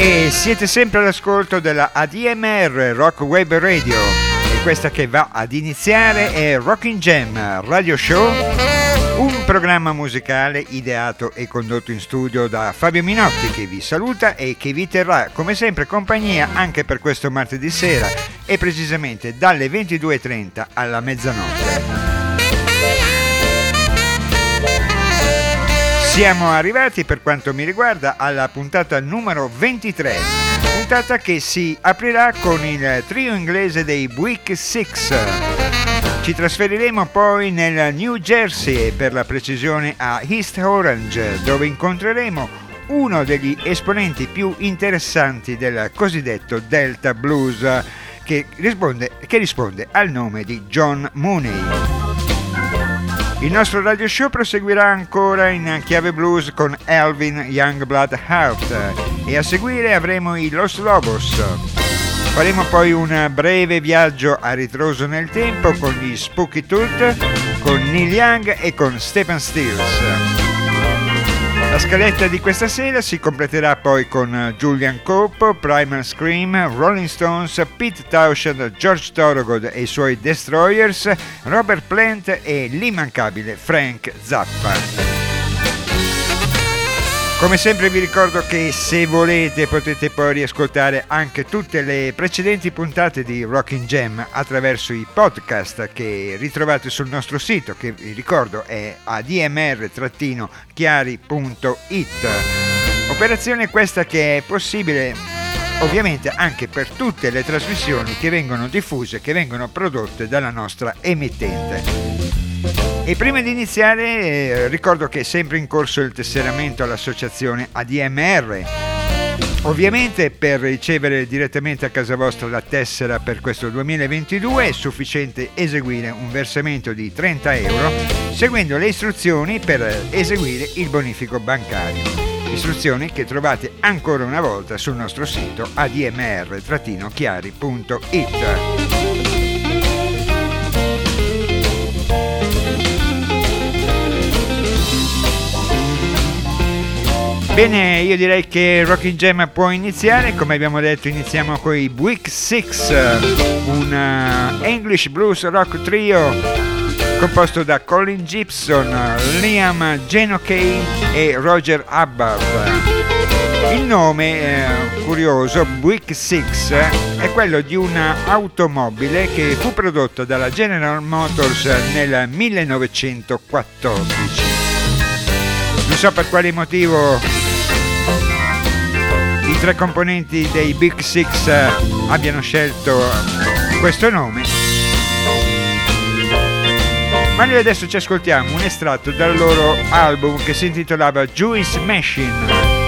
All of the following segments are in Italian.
E siete sempre all'ascolto della ADMR Rock Web Radio e questa che va ad iniziare è Rockin' Jam Radio Show, un programma musicale ideato e condotto in studio da Fabio Minotti, che vi saluta e che vi terrà come sempre compagnia anche per questo martedì sera e precisamente dalle 22:30 alla mezzanotte. Siamo arrivati, per quanto mi riguarda, alla puntata numero 23, puntata che si aprirà con il trio inglese dei Buick Six. Ci trasferiremo poi nel New Jersey, per la precisione a East Orange, dove incontreremo uno degli esponenti più interessanti del cosiddetto Delta Blues, che risponde al nome di John Mooney. Il nostro radio show proseguirà ancora in chiave blues con Alvin Youngblood Hart e a seguire avremo i Los Lobos. Faremo poi un breve viaggio a ritroso nel tempo con gli Spooky Tooth, con Neil Young e con Stephen Stills. La scaletta di questa sera si completerà poi con Julian Cope, Primal Scream, Rolling Stones, Pete Townshend, George Thorogood e i suoi Destroyers, Robert Plant e l'immancabile Frank Zappa. Come sempre vi ricordo che se volete potete poi riascoltare anche tutte le precedenti puntate di Rockin' Jam attraverso i podcast che ritrovate sul nostro sito, che vi ricordo è admr-chiari.it. Operazione questa che è possibile ovviamente anche per tutte le trasmissioni che vengono diffuse, che vengono prodotte dalla nostra emittente. E prima di iniziare ricordo che è sempre in corso il tesseramento all'associazione ADMR. Ovviamente per ricevere direttamente a casa vostra la tessera per questo 2022 è sufficiente eseguire un versamento di 30 euro seguendo le istruzioni per eseguire il bonifico bancario. Istruzioni che trovate ancora una volta sul nostro sito admr-chiari.it. Bene, io direi che Rockin' Jam può iniziare. Come abbiamo detto, iniziamo con i Buick Six, un English blues rock trio composto da Colin Gibson, Liam Genockey e Roger Hubbard. Il nome curioso, Buick Six, è quello di un'automobile che fu prodotta dalla General Motors nel 1914. Non so per quale motivo i tre componenti dei Big Six abbiano scelto questo nome, ma noi adesso ci ascoltiamo un estratto dal loro album che si intitolava Juice Machine,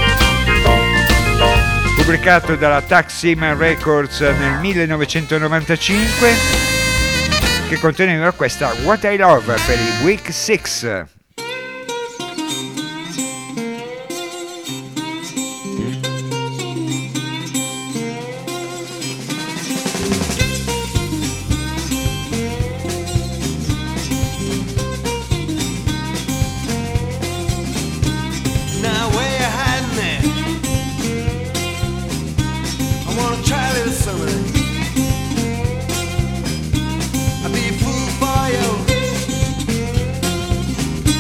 pubblicato dalla Taksim Records nel 1995, che conteneva questa What I Love per i Big Six. I'll be a fool for you.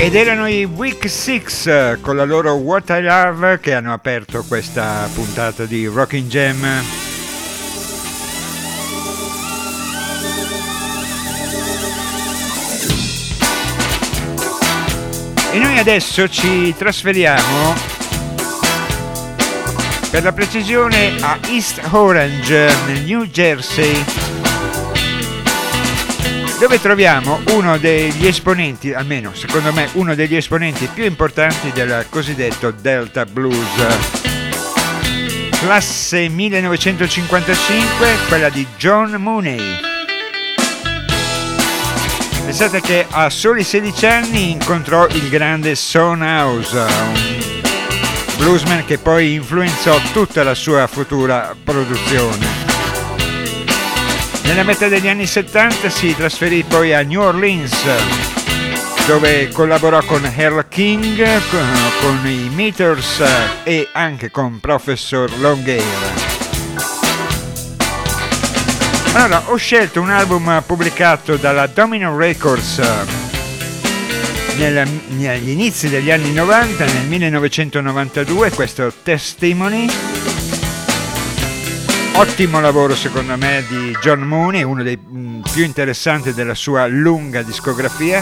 Ed erano i Week Six con la loro What I Love che hanno aperto questa puntata di Rockin' Jam. E noi adesso ci trasferiamo, per la precisione, a East Orange, nel New Jersey, dove troviamo uno degli esponenti, almeno secondo me uno degli esponenti più importanti del cosiddetto Delta Blues. Classe 1955, quella di John Mooney. Pensate che a soli 16 anni incontrò il grande Son House, un bluesman che poi influenzò tutta la sua futura produzione. Nella metà degli anni 70 si trasferì poi a New Orleans, dove collaborò con Earl King, con i Meters e anche con Professor Longhair. Allora, ho scelto un album pubblicato dalla Domino Records negli inizi degli anni 90, nel 1992, questo Testimony. Ottimo lavoro secondo me di John Mooney, uno dei più interessanti della sua lunga discografia.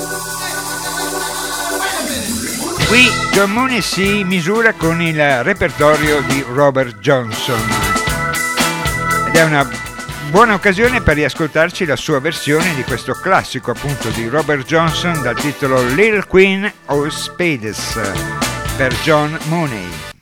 Qui John Mooney si misura con il repertorio di Robert Johnson ed è una buona occasione per riascoltarci la sua versione di questo classico appunto di Robert Johnson dal titolo Little Queen of Spades per John Mooney.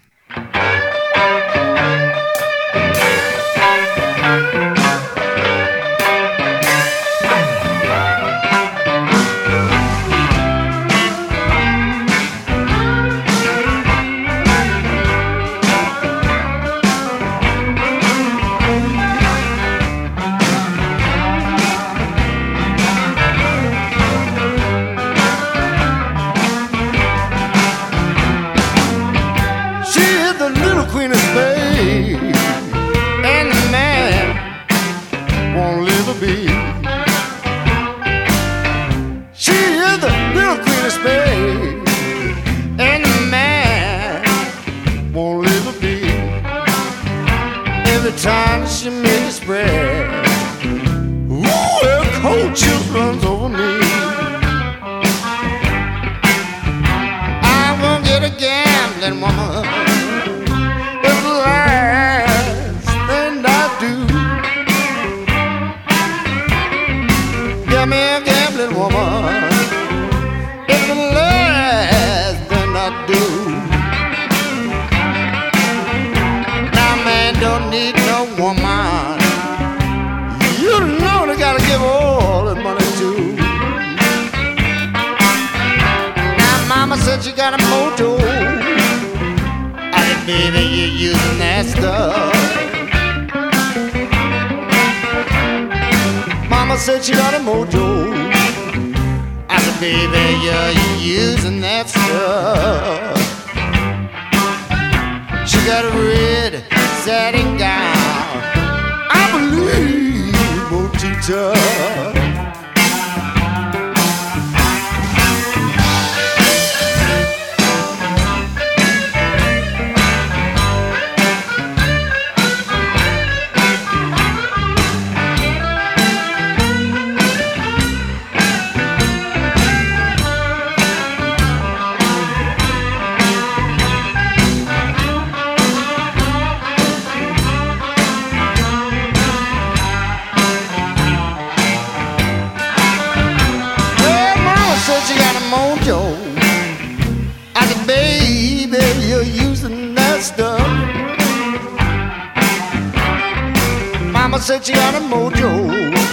Said she got a mojo.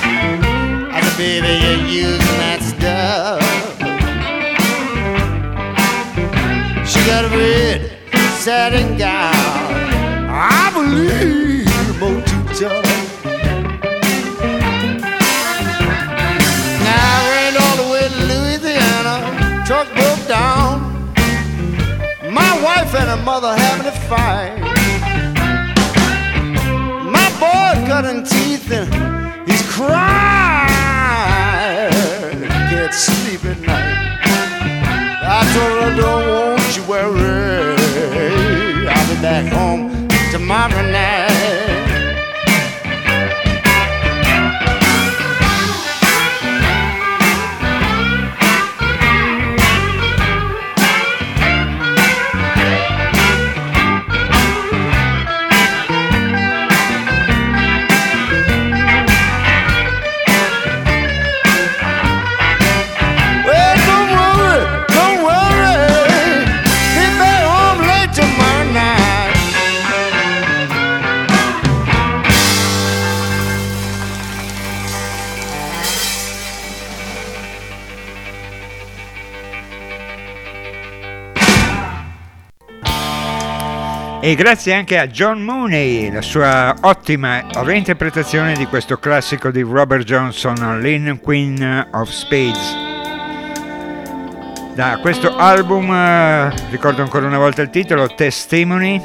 I said, baby, you're using that stuff. She got a red satin gown. I believe about too tough. Now I ran all the way to Louisiana. Truck broke down. My wife and her mother having a fight. Cutting teeth and he's crying, can't sleep at night. back home tomorrow night. E grazie anche a John Mooney, la sua ottima reinterpretazione di questo classico di Robert Johnson, Lynn Queen of Spades. Da questo album, ricordo ancora una volta il titolo, Testimony.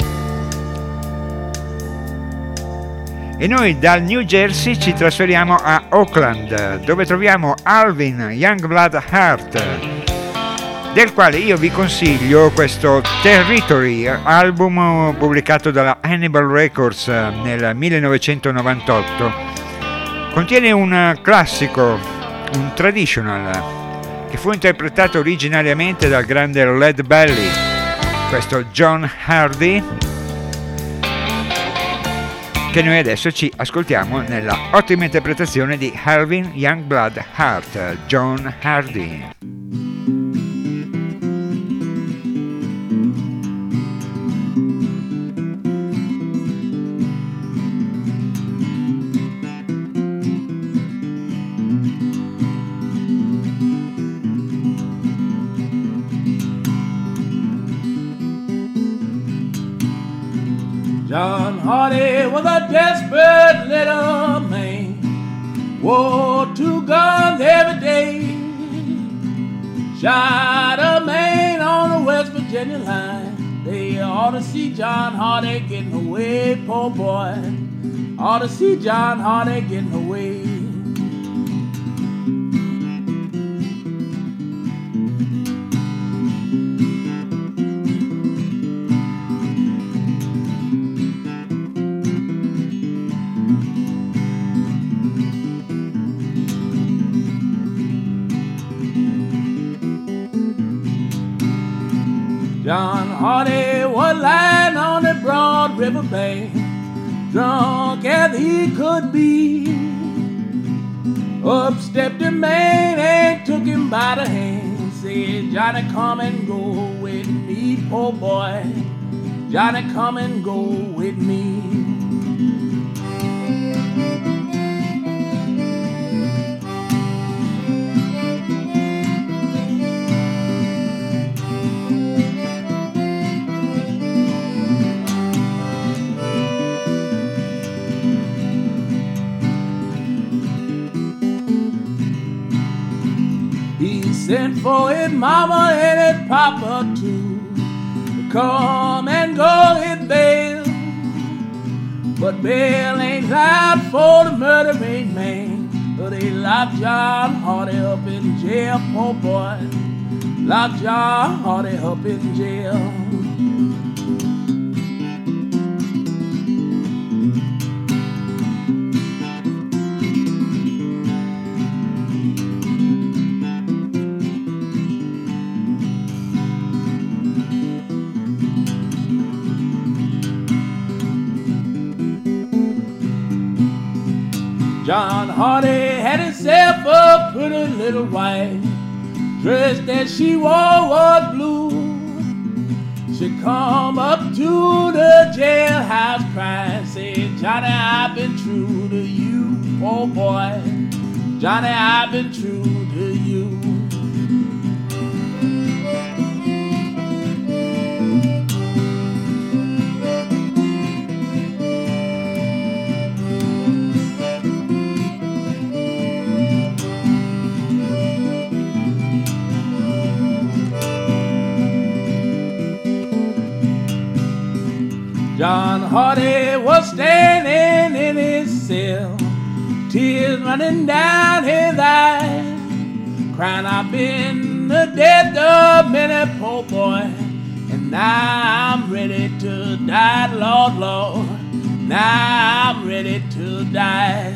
E noi dal New Jersey ci trasferiamo a Oakland, dove troviamo Alvin Youngblood Hart, del quale io vi consiglio questo Territory, album pubblicato dalla Hannibal Records nel 1998. Contiene un classico, un traditional, che fu interpretato originariamente dal grande Led Belly, questo John Hardy, che noi adesso ci ascoltiamo nella ottima interpretazione di Alvin Youngblood Hart, John Hardy. John Hardy was a desperate little man, wore 2 guns every day, shot a man on the West Virginia line. They ought to see John Hardy getting away, poor boy, ought to see John Hardy getting away. John Hardy was lying on the broad river bank, drunk as he could be. Up stepped a man and took him by the hand, said, Johnny, come and go with me, poor boy. Johnny, come and go with me. Sent for his mama and his papa too, to come and go his bail. But bail ain't loud for the murdering man, so they locked John Hardy up in jail, poor boy. Locked John Hardy up in jail. John Hardy had himself a pretty little wife, dress that she wore was blue. She come up to the jailhouse crying, said, Johnny, I've been true to you, oh boy. Johnny, I've been true to you. John Hardy was standing in his cell, tears running down his eyes, crying, I've been the death of many, poor boy, and Now I'm ready to die, Lord, Lord. Now I'm ready to die.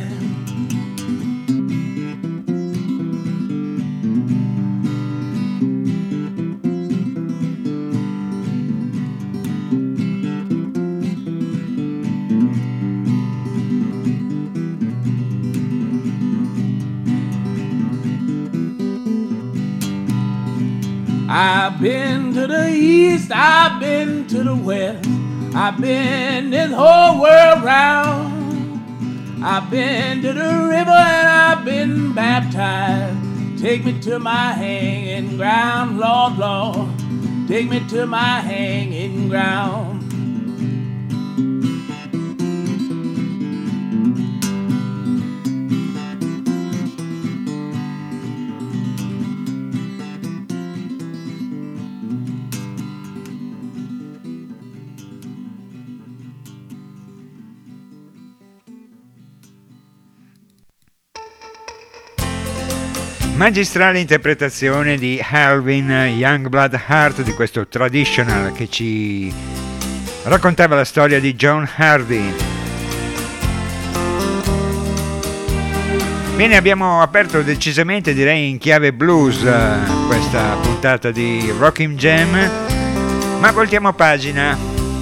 I've been to the east, I've been to the west, I've been this whole world round. I've been to the river and I've been baptized. Take me to my hanging ground, Lord, Lord. Take me to my hanging ground. Magistrale interpretazione di Alvin Youngblood Hart di questo traditional che ci raccontava la storia di John Hardy. Bene, abbiamo aperto decisamente, direi in chiave blues, questa puntata di Rockin' Jam, ma voltiamo pagina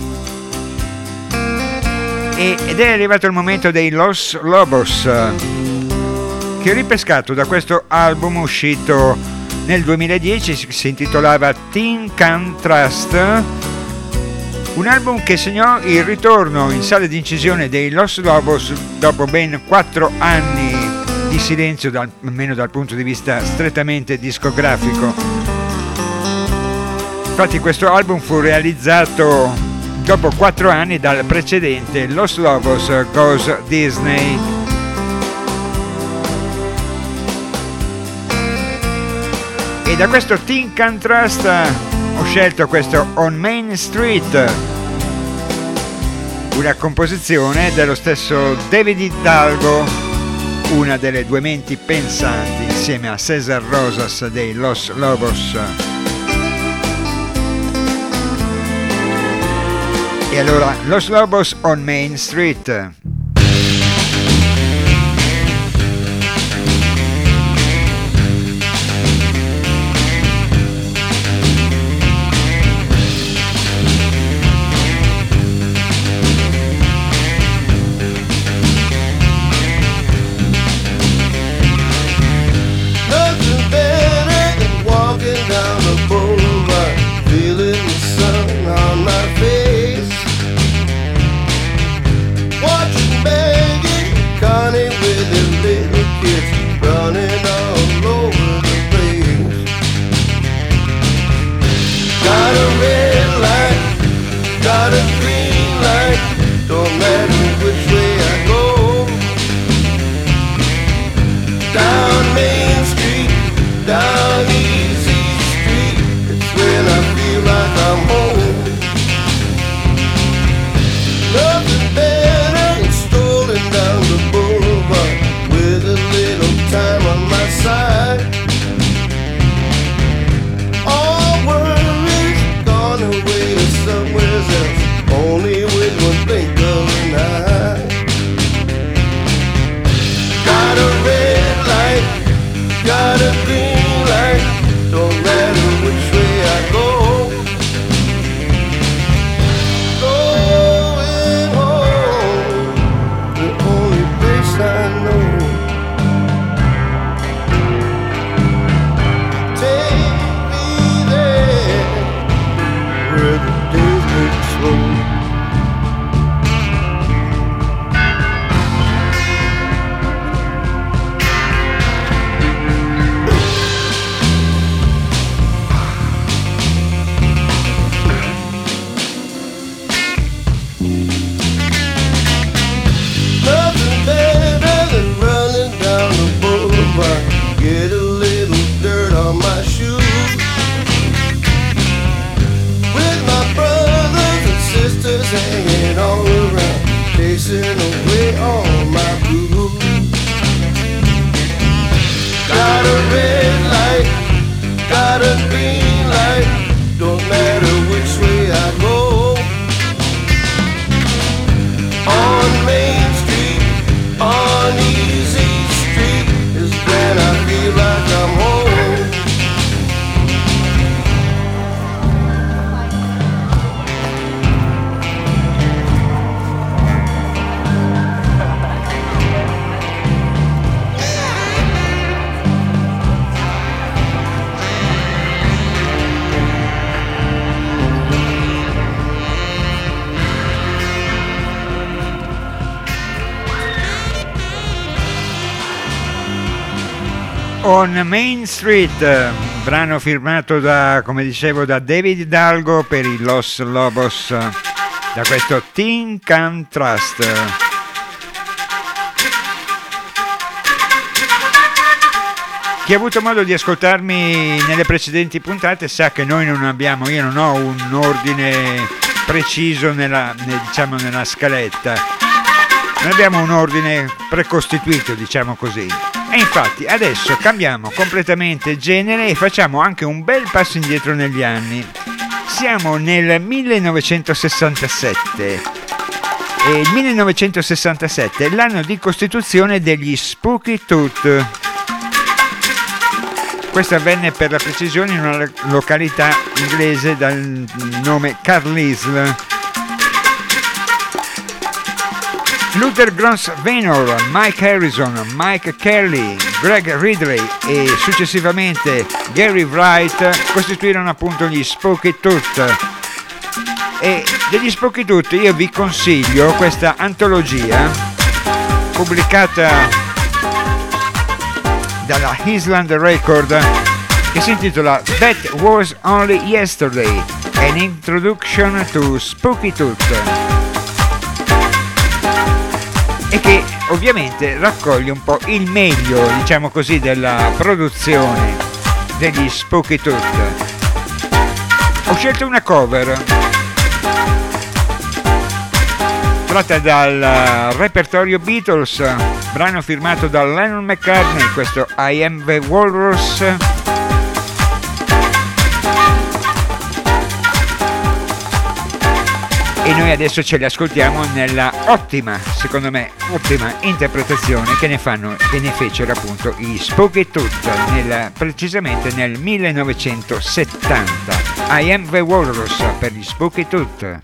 ed è arrivato il momento dei Los Lobos, che ho ripescato da questo album uscito nel 2010, si intitolava Teen Can Trust, un album che segnò il ritorno in sala di incisione dei Los Lobos dopo ben 4 anni di silenzio, almeno dal punto di vista strettamente discografico. Infatti questo album fu realizzato dopo 4 anni dal precedente Los Lobos Goes Disney. E da questo Teen Can Trust ho scelto questo On Main Street, una composizione dello stesso David Hidalgo, una delle due menti pensanti insieme a César Rosas dei Los Lobos. E allora Los Lobos On Main Street. Got a green light, don't matter which way on Main Street, brano firmato da, come dicevo, da David Hidalgo per i Los Lobos, da questo Teen Can Trust. Chi ha avuto modo di ascoltarmi nelle precedenti puntate sa che noi non abbiamo, io non ho un ordine preciso nella scaletta, non abbiamo un ordine precostituito, diciamo così. E infatti adesso cambiamo completamente genere e facciamo anche un bel passo indietro negli anni. Siamo nel 1967 e il 1967 è l'anno di costituzione degli Spooky Tooth. Questo avvenne per la precisione in una località inglese dal nome Carlisle. Luther Gross Venor, Mike Harrison, Mike Kelly, Greg Ridley e successivamente Gary Wright costituirono appunto gli Spooky Tooth. E degli Spooky Tooth io vi consiglio questa antologia pubblicata dalla Island Record che si intitola That Was Only Yesterday, an Introduction to Spooky Tooth, e che ovviamente raccoglie un po' il meglio, diciamo così, della produzione degli Spooky Tooth. Ho scelto una cover tratta dal repertorio Beatles, brano firmato da Lennon McCartney, questo I Am the Walrus. E noi adesso ce li ascoltiamo nella ottima, secondo me, ottima interpretazione che ne fecero appunto i Spooky Tooth precisamente nel 1970. I Am the Walrus per gli Spooky Tooth.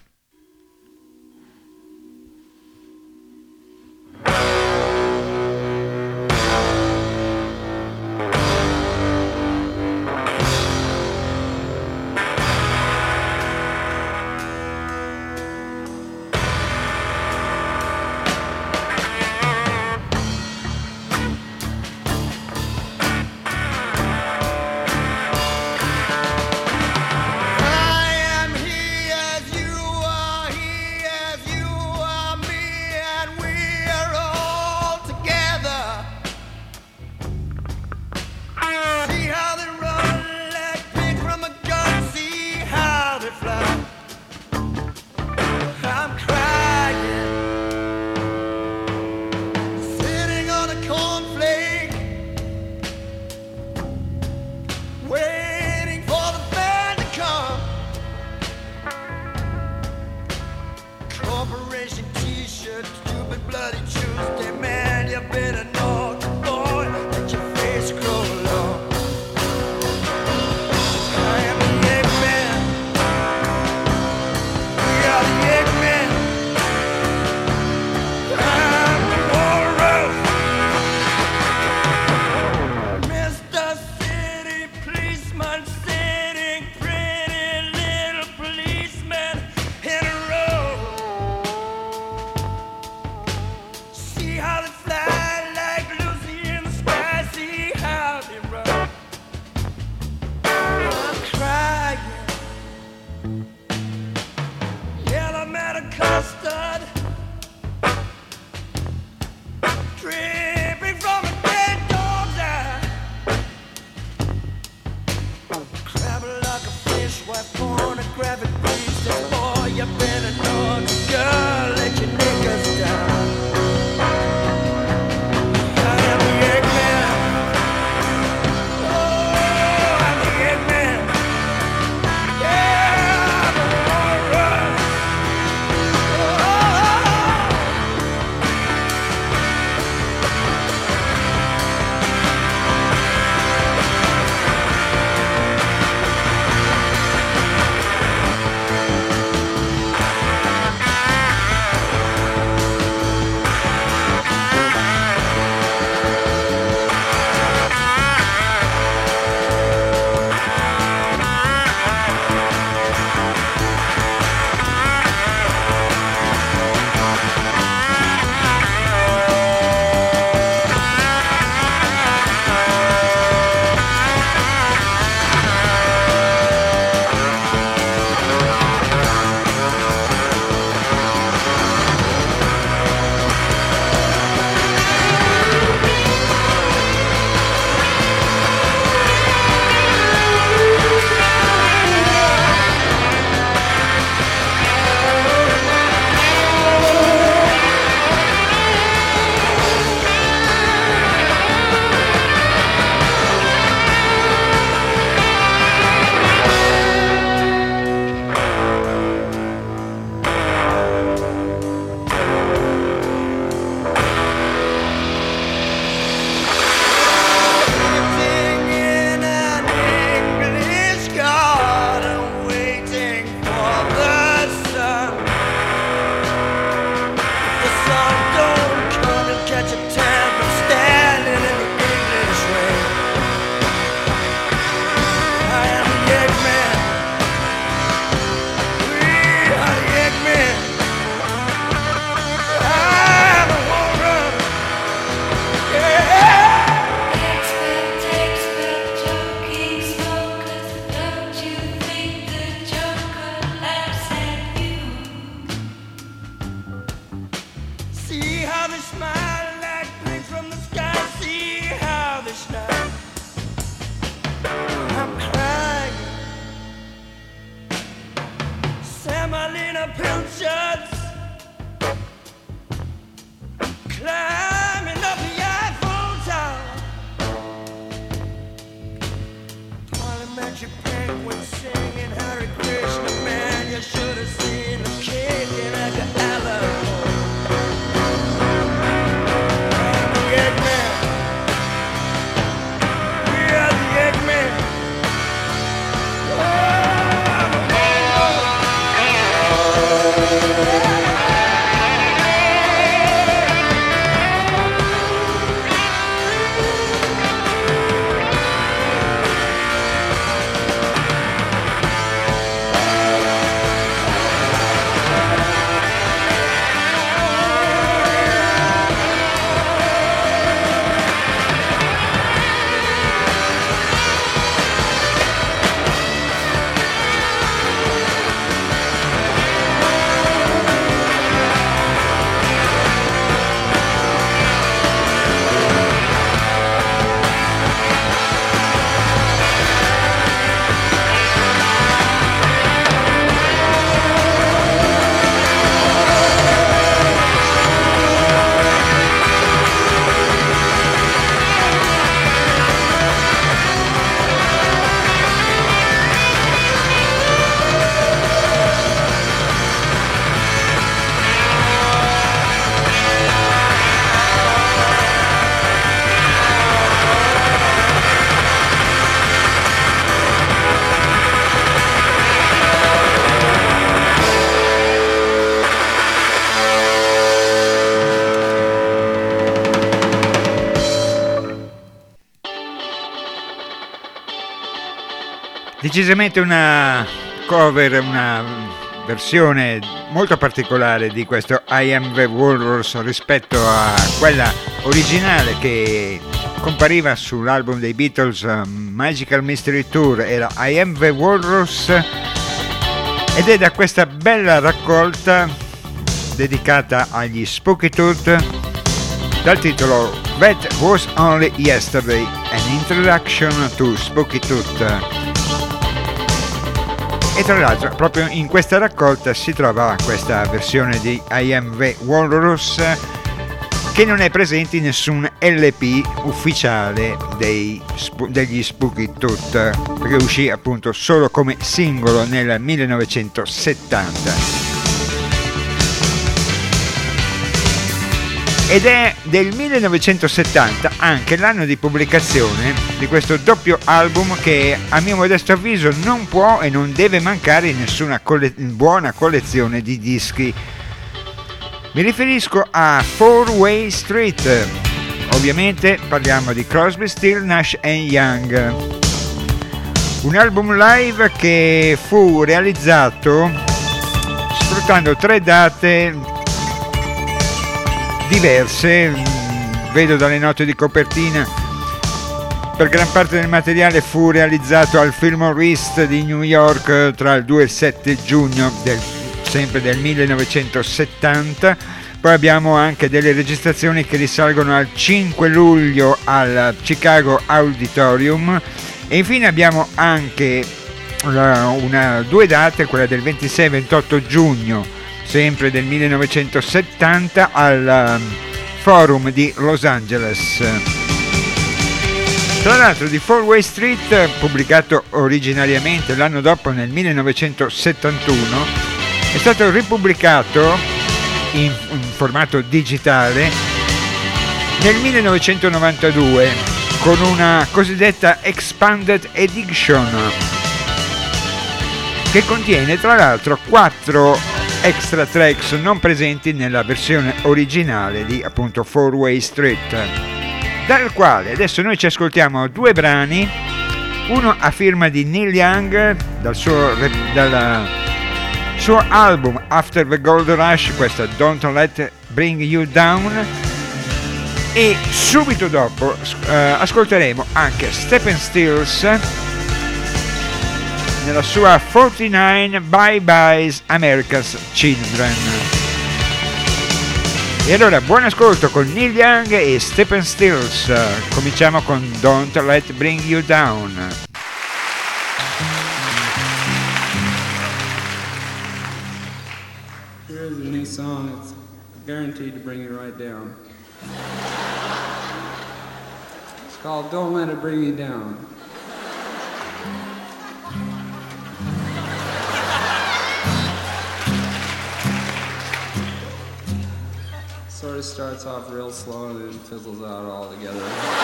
See how See how they smile like drinks from the sky. See how they smile. I'm crying. Semolina Pilchards climbing up the Eiffel Tower. Parliamentary penguin singing Hare Krishna, man, you should have seen the cake in Agala. The Eggman, we are the Eggman. Decisamente una cover, una versione molto particolare di questo I Am the Walrus rispetto a quella originale che compariva sull'album dei Beatles Magical Mystery Tour. Era I Am the Walrus ed è da questa bella raccolta dedicata agli Spooky Tooth dal titolo That Was Only Yesterday, an Introduction to Spooky Tooth. E tra l'altro proprio in questa raccolta si trova questa versione di I Am the Walrus che non è presente in nessun LP ufficiale degli Spooky Tooth, perché uscì appunto solo come singolo nel 1970. Ed è del 1970 anche l'anno di pubblicazione di questo doppio album che a mio modesto avviso non può e non deve mancare in nessuna buona collezione di dischi. Mi riferisco a Four Way Street. Ovviamente parliamo di Crosby, Still, Nash & Young. Un album live che fu realizzato sfruttando 3 date diverse, vedo dalle note di copertina. Per gran parte del materiale fu realizzato al Fillmore East di New York tra il 2 e il 7 giugno sempre del 1970. Poi abbiamo anche delle registrazioni che risalgono al 5 luglio al Chicago Auditorium e infine abbiamo anche 2 date, quella del 26 e 28 giugno sempre del 1970 al Forum di Los Angeles. Tra l'altro di Four Way Street, pubblicato originariamente l'anno dopo nel 1971, è stato ripubblicato in formato digitale nel 1992 con una cosiddetta Expanded Edition che contiene tra l'altro 4 extra tracks non presenti nella versione originale di appunto Four Way Street, dal quale adesso noi ci ascoltiamo 2 brani, uno a firma di Neil Young dal suo album After the Gold Rush, questa Don't Let Bring You Down, e subito dopo ascolteremo anche Stephen Stills nella sua 49 Bye Byes America's Children. E allora buon ascolto con Neil Young e Stephen Stills. Cominciamo con Don't Let Bring You Down. Here's a new song. It's guaranteed to bring you right down. It's called Don't Let It Bring You Down. Sort of starts off real slow and then fizzles out altogether.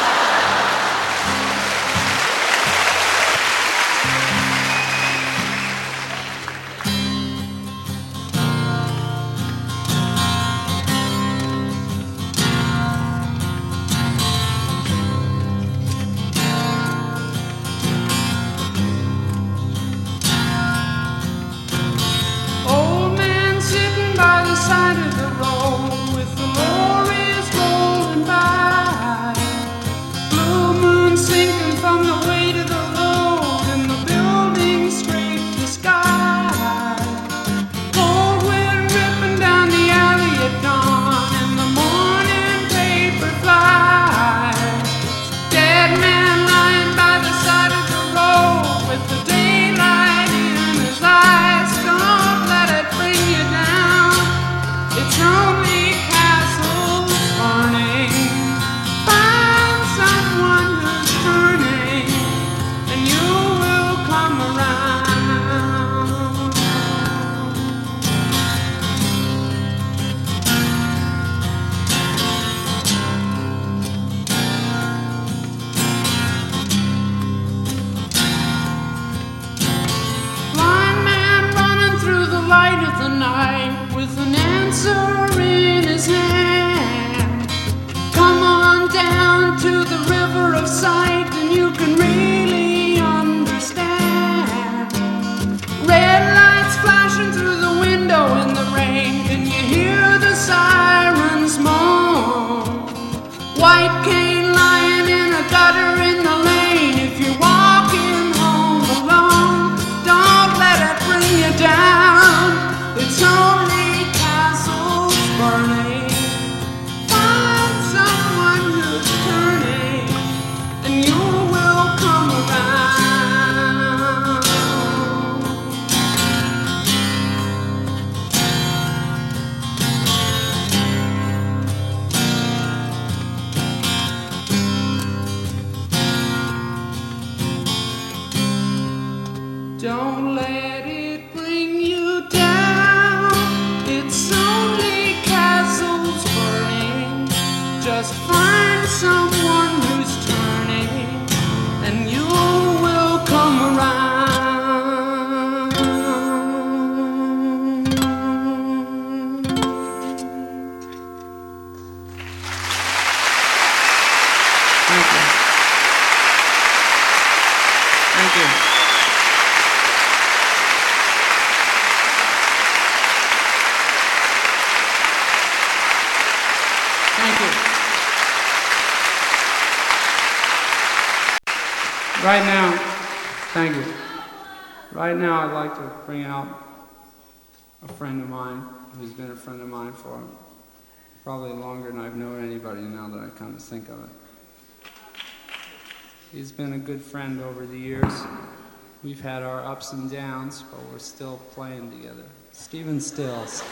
Old man sitting by the side of the road with the lorries rolling by. Blue moon sinking from the weight of the load and the buildings scrape the sky. Cold wind ripping down the alley at dawn and the morning paper flies. Dead man lying by the side of the road with the daylight in his eyes. Don't let it bring you down. It's only castles burning. Find someone who's turning, and you will come around. Blind man running through the light of the night with an answer in his hand. Come on down to the river of sight and you can really understand. Red lights flashing through the window in the rain. Can you hear the sirens moan? White cane lying in a gutter in the lane. If you're walking home alone, don't let it bring you down. It's only castles burning. Find someone who's turning, and you will come around. Don't let it bring you down. It's only castles burning. Just find someone who's turning, and you will come around. Thank you. Thank you. Thank you. Right now, thank you. Right now, I'd like to bring out a friend of mine who's been a friend of mine for probably longer than I've known anybody now that I come to think of it. He's been a good friend over the years. We've had our ups and downs, but we're still playing together. Stephen Stills.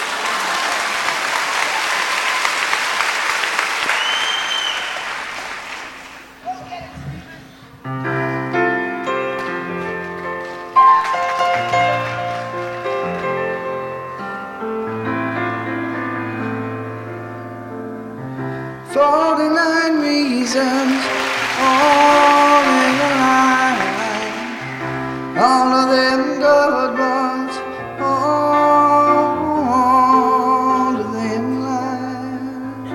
Reasons, all in a line, all of them good ones, all of them lying.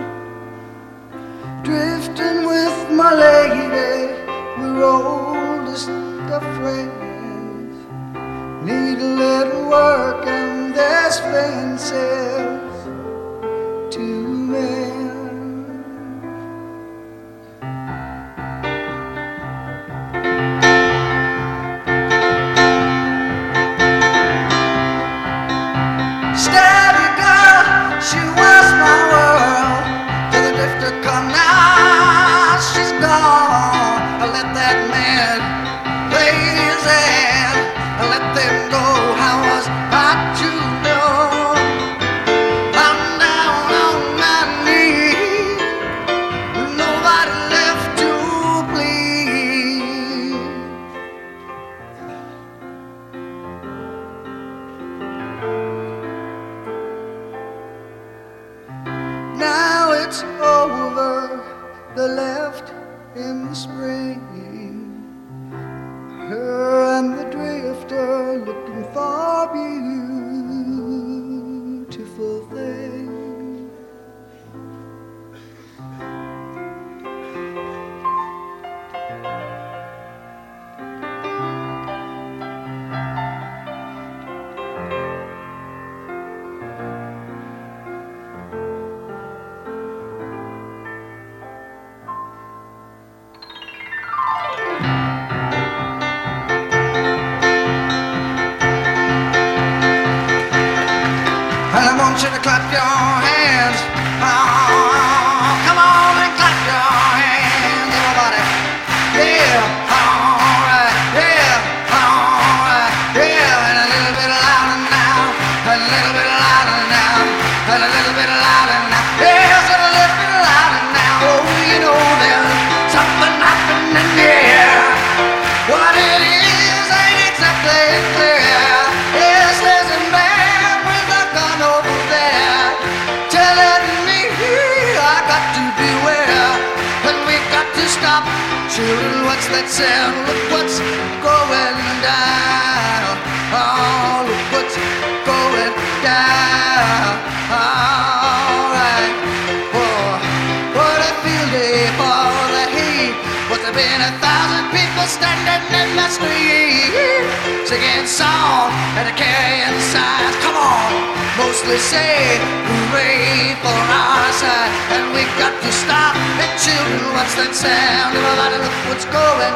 Drifting with my lady, we're oldest of friends. Need a little work and there's fences to mend. Steady girl, she was my world. it's over, the left in the spring. Her and the drifter looking for beautiful things. And I want you to clap your hands. Oh, come on and clap your hands, everybody. Yeah, all right, yeah, all right, yeah. And a little bit louder now, and a little bit louder now, and a little bit louder now. Yes, and a little bit louder now. Oh, you know there's something happening here. What it is ain't exactly clear. Yes, there's a man with a gun over there telling me I got to beware, and we got to stop. Children, what's that sound? Look what's going down. Oh, look what's going down. All right. Oh, what a field day for the heat. Must have been 1,000 people standing in the street, singing songs and carrying signs. Come on, mostly say hooray for our side, and we got to stop. And children, what's that sound? Everybody look what's going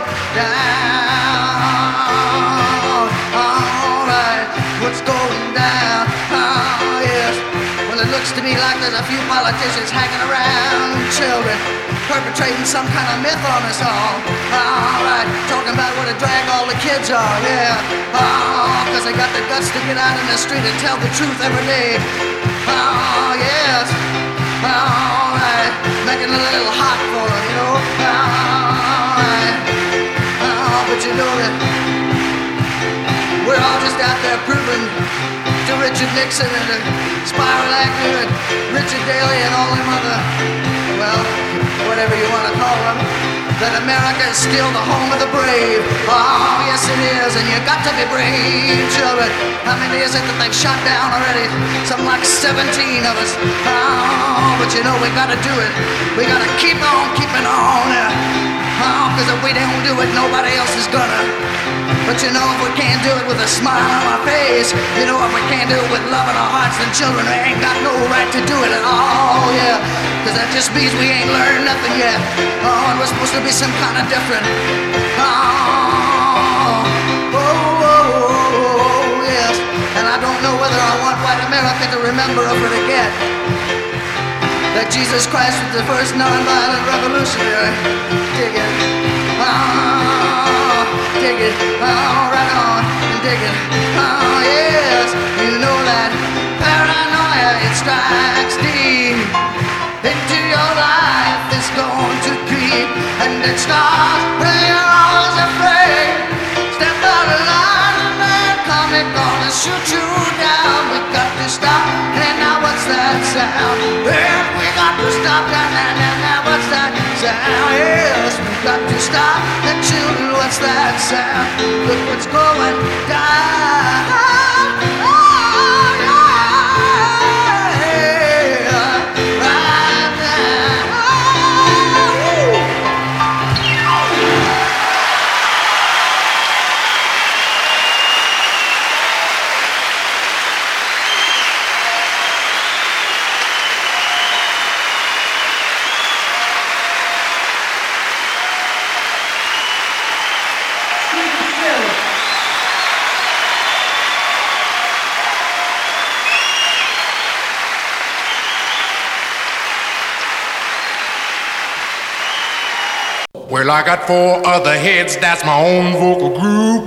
down. All right, what's going down? Oh yes. Well, it looks to me like there's a few politicians hanging around children, perpetrating some kind of myth on us all. All right, talking about what a drag all the kids are, yeah. Oh, because they got the guts to get out in the street and tell the truth every day. Oh, yes. All right, making it a little hot for them, you know. All right. Oh, but you know that we're all just out there proving to Richard Nixon and to Spiral Agnew and Richard Daley and all them other, well, whatever you want to call them, that America is still the home of the brave. Oh, yes it is, and you got to be brave, children. How many is it that they've shot down already? Something like 17 of us. Oh, but you know we got to do it. We got to keep on keeping on. Oh, because if we don't do it, nobody else is gonna. But you know, if we can't do it with a smile on our face, you know, if we can't do it with love in our hearts, then children, we ain't got no right to do it at all, yeah. Because that just means we ain't learned nothing yet. Oh, and we're supposed to be some kind of different. Oh, oh, oh, oh, yes. And I don't know whether I want white America to remember or forget that Jesus Christ was the first non-violent revolutionary. Dig it. Oh, dig it. Oh, right on. Dig it. Oh, yes. You know that paranoia, it strikes deep into your life. It's going to creep, and it starts when you're always afraid. Step out of line and they're coming, gonna shoot you down. We got to stop. And now what's that sound? Well, we got to stop. Now what's that sound? Yes, we got to stop. And children, what's that sound? Look what's going down. Well, I got 4 other heads, that's my own vocal group.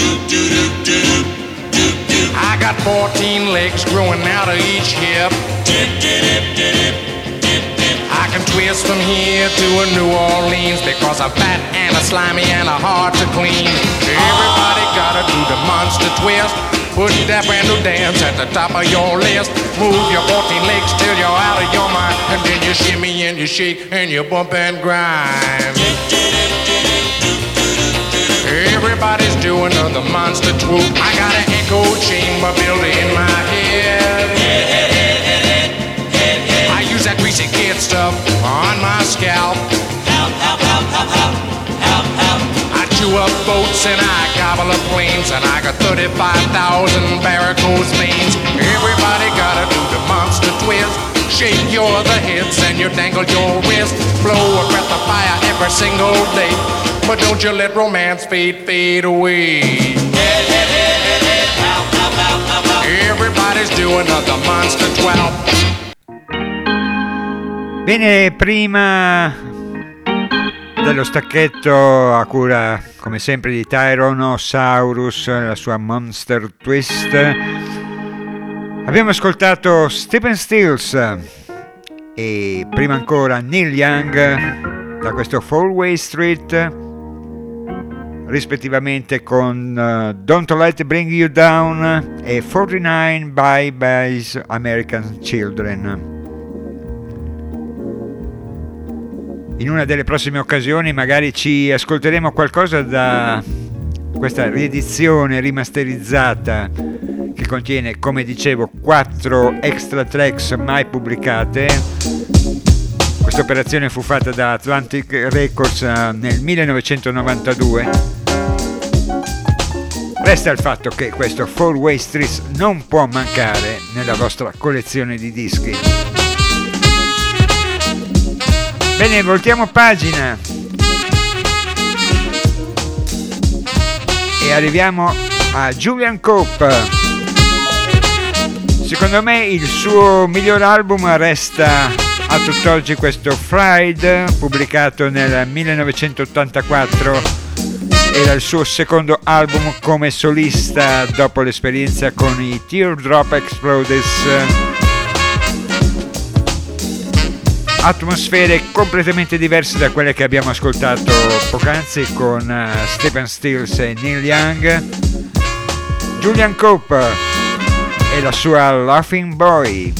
I got 14 legs growing out of each hip. I can twist from here to a New Orleans because I'm fat and a slimy and a hard to clean. Everybody gotta do the monster twist. Put that brand new dance at the top of your list. Move your 14 legs till you're out of your mind, and then you shimmy and you shake and you bump and grind. Everybody's doing the monster swoop. I got an echo chamber built in my head. I use that greasy kid stuff on my scalp. I chew up boats and I gobble up planes, and I got 35,000 varicose veins. Everybody gotta do the monster twist. Shake your other hips and you dangle your wrist. Blow a breath of fire every single day, but don't you let romance fade away. Everybody's doing the monster 12. Bene, prima dello stacchetto a cura come sempre di Tyrannosaurus, la sua Monster Twist, abbiamo ascoltato Stephen Stills e prima ancora Neil Young da questo Fallway Street, rispettivamente con Don't Let It Bring You Down e 49 Bye Byes American Children. In una delle prossime occasioni magari ci ascolteremo qualcosa da questa riedizione rimasterizzata che contiene, come dicevo, 4 extra tracks mai pubblicate. Questa operazione fu fatta da Atlantic Records nel 1992. Resta il fatto che questo Four Way Street non può mancare nella vostra collezione di dischi. Bene, voltiamo pagina e arriviamo a Julian Cope. Secondo me il suo miglior album resta a tutt'oggi questo Fried, pubblicato nel 1984. Era il suo secondo album come solista dopo l'esperienza con i Teardrop Exploders. Atmosfere completamente diverse da quelle che abbiamo ascoltato poc'anzi con Stephen Stills e Neil Young. Julian Cope e la sua Laughing Boy.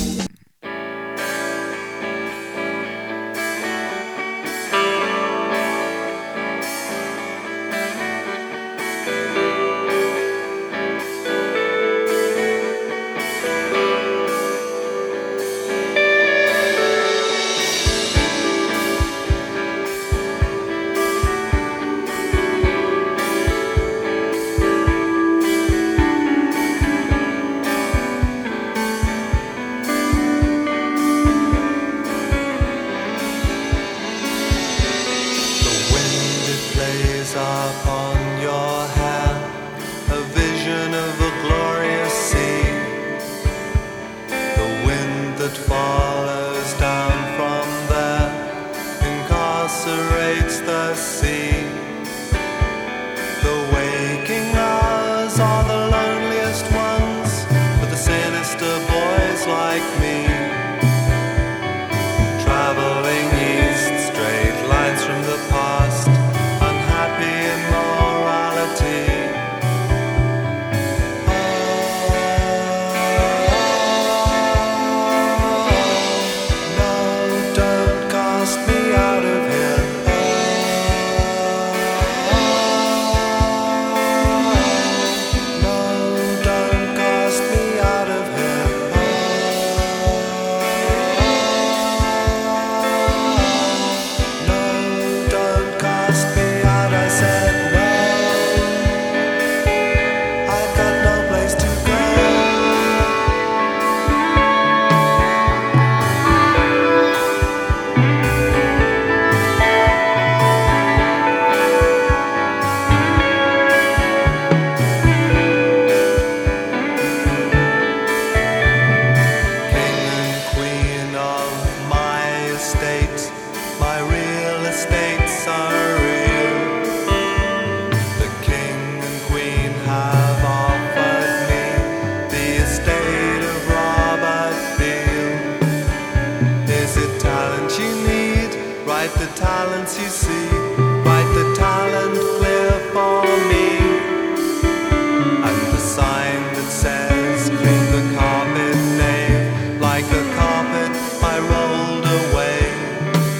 Like a carpet I rolled away.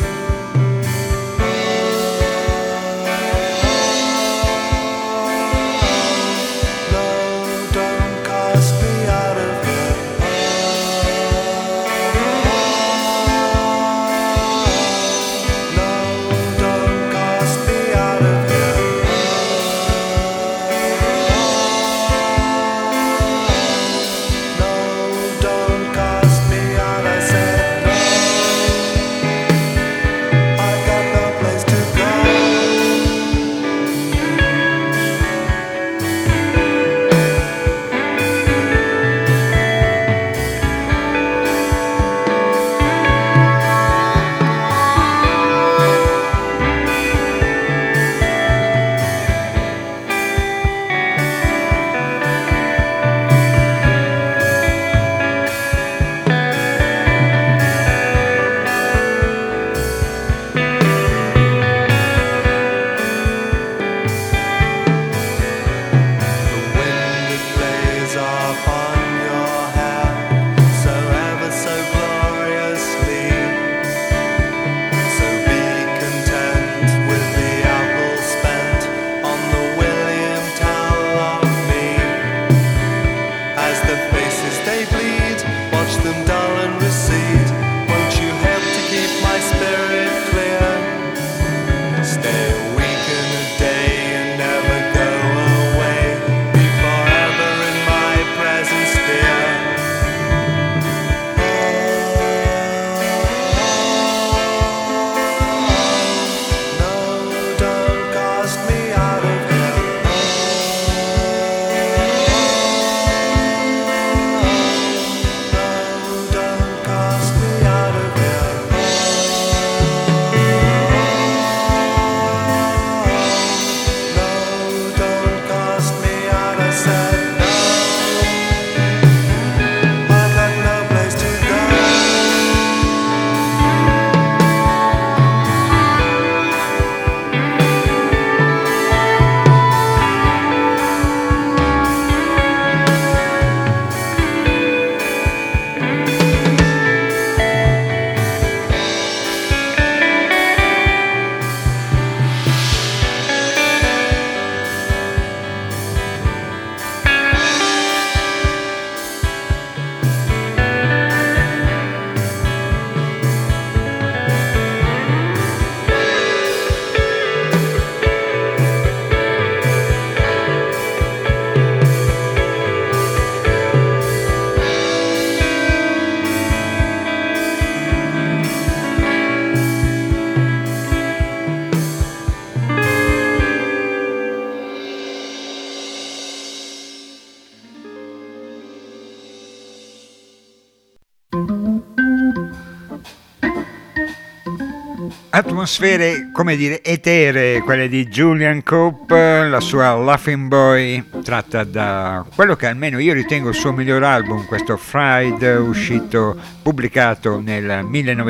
Atmosfere, come dire, eteree, quelle di Julian Cope, la sua Laughing Boy, tratta da quello che almeno io ritengo il suo miglior album, questo Fried, pubblicato nel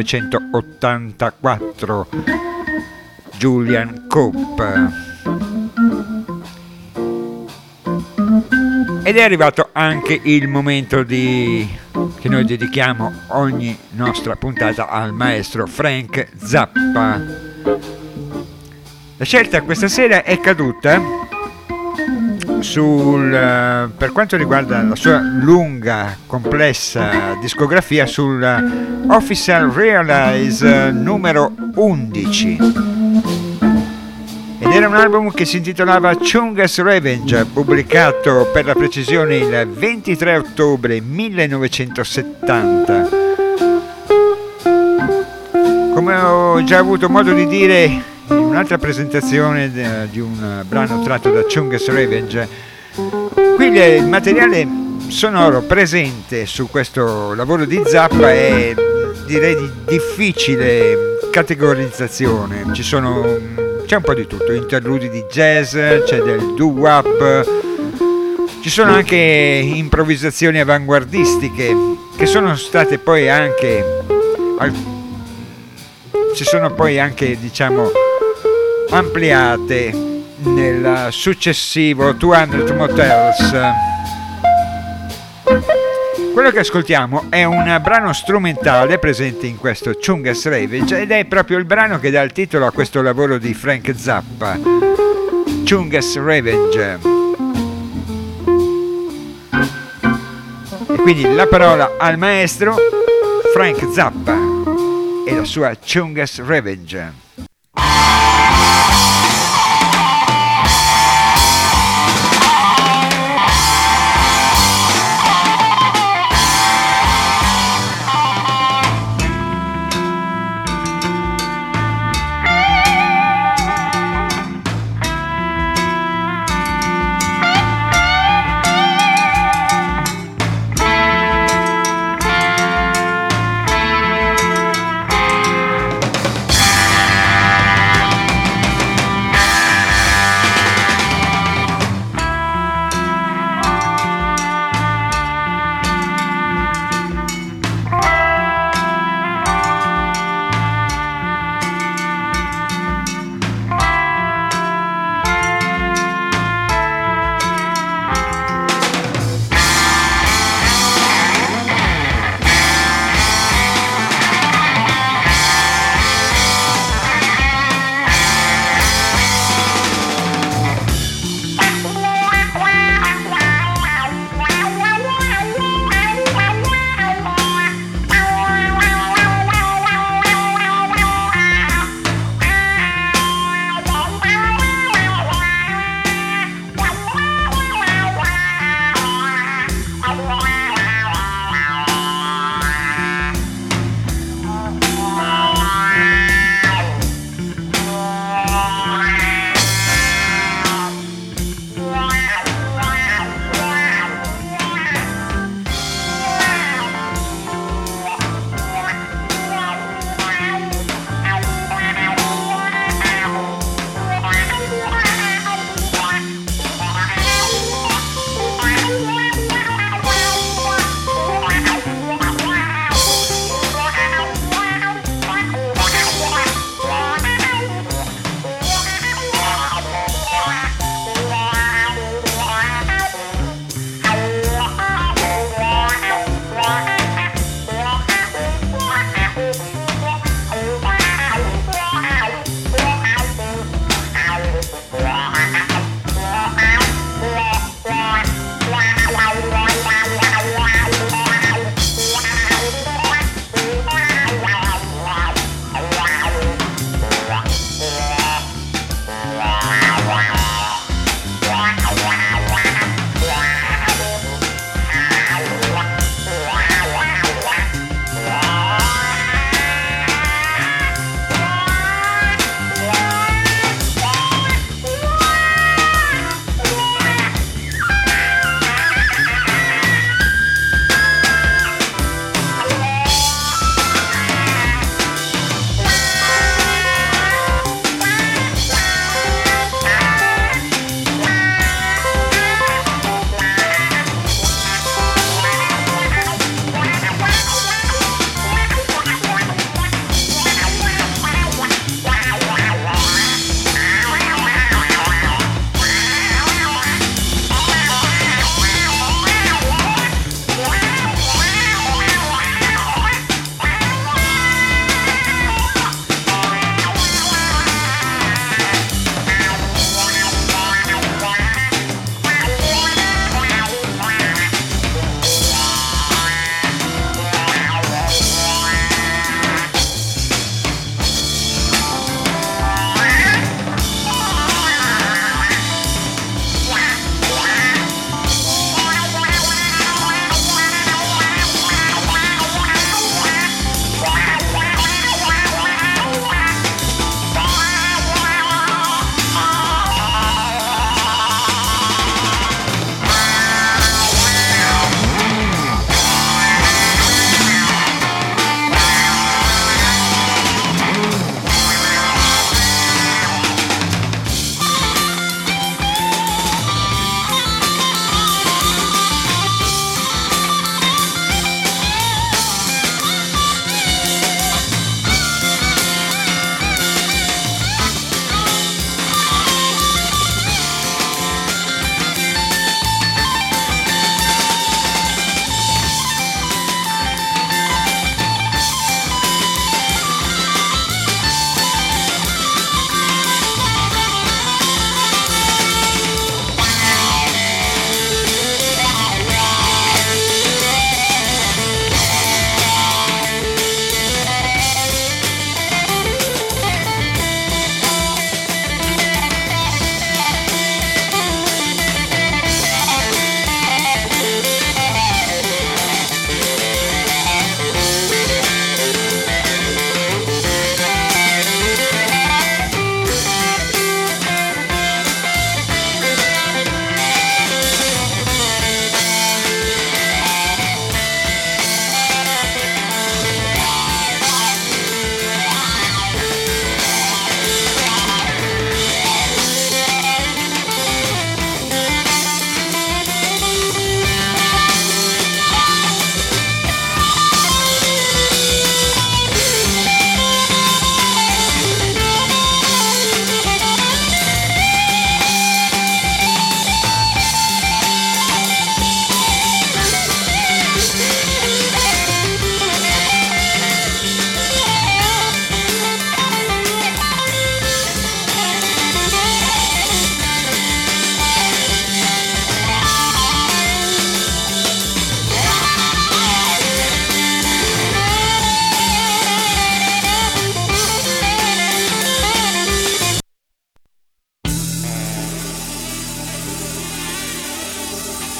1984, Julian Cope. Ed è arrivato anche il momento che noi dedichiamo ogni nostra puntata al maestro Frank Zappa. La scelta questa sera è caduta per quanto riguarda la sua lunga, complessa discografia, sul Official Realize numero 11. Ed era un album che si intitolava Chungus Revenge, pubblicato per la precisione il 23 ottobre 1970. Come ho già avuto modo di dire in un'altra presentazione di un brano tratto da Chungus Revenge, qui il materiale sonoro presente su questo lavoro di Zappa è, direi, di difficile categorizzazione. C'è un po' di tutto, interludi di jazz, c'è del doo-wop, ci sono anche improvvisazioni avanguardistiche che sono state poi anche diciamo ampliate nel successivo 200 Motels. Quello che ascoltiamo è un brano strumentale presente in questo Chungus Revenge ed è proprio il brano che dà il titolo a questo lavoro di Frank Zappa, Chungus Revenge. E quindi la parola al maestro Frank Zappa e la sua Chungus Revenge.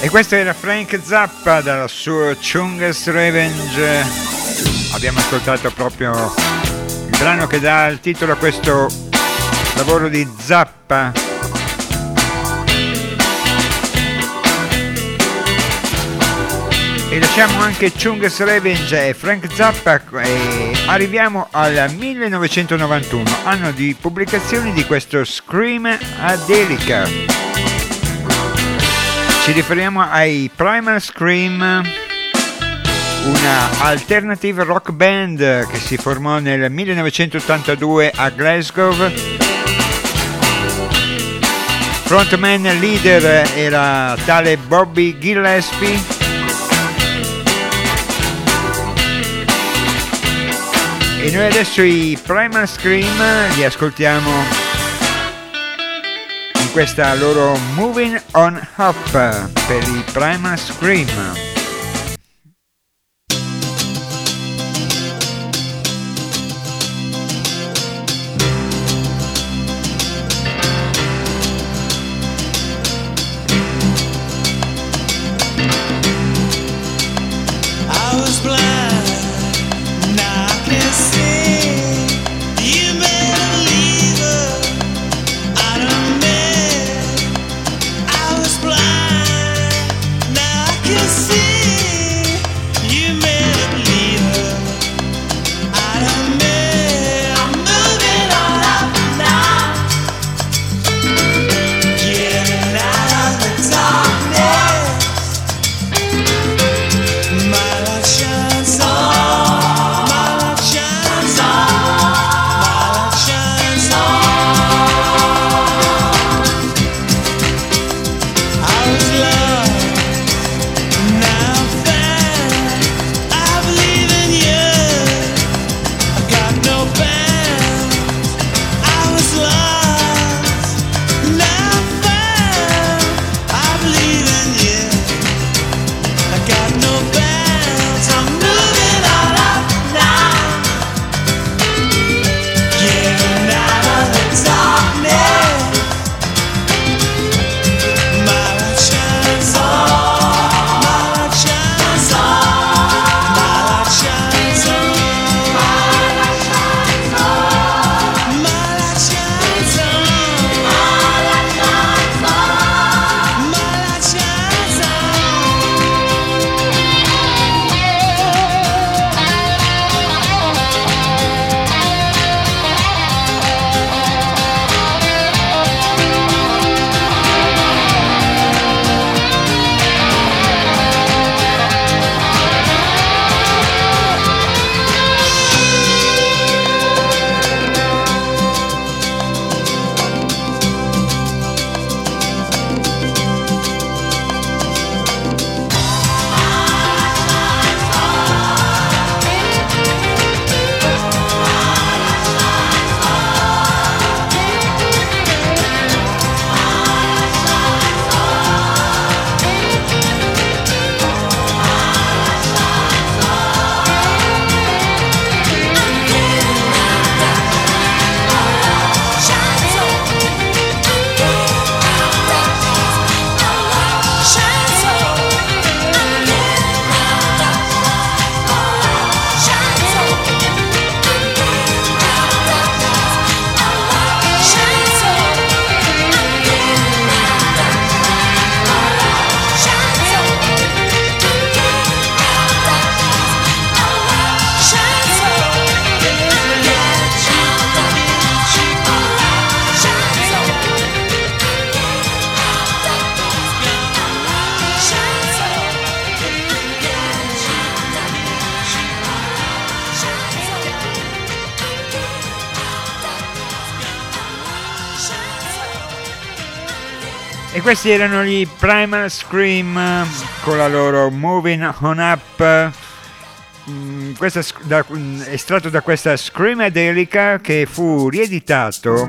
E questo era Frank Zappa dal suo Chungus Revenge. Abbiamo ascoltato proprio il brano che dà il titolo a questo lavoro di Zappa. E lasciamo anche Chungus Revenge e Frank Zappa e arriviamo al 1991, anno di pubblicazione di questo Screamadelica. Ci riferiamo ai Primal Scream, una alternative rock band che si formò nel 1982 a Glasgow. Frontman leader era tale Bobby Gillespie. E noi adesso i Primal Scream li ascoltiamo in questa loro Moving On Up per i Primal Scream. E questi erano gli Primal Scream con la loro Moving On Up, estratto da questa Screamadelica che fu rieditato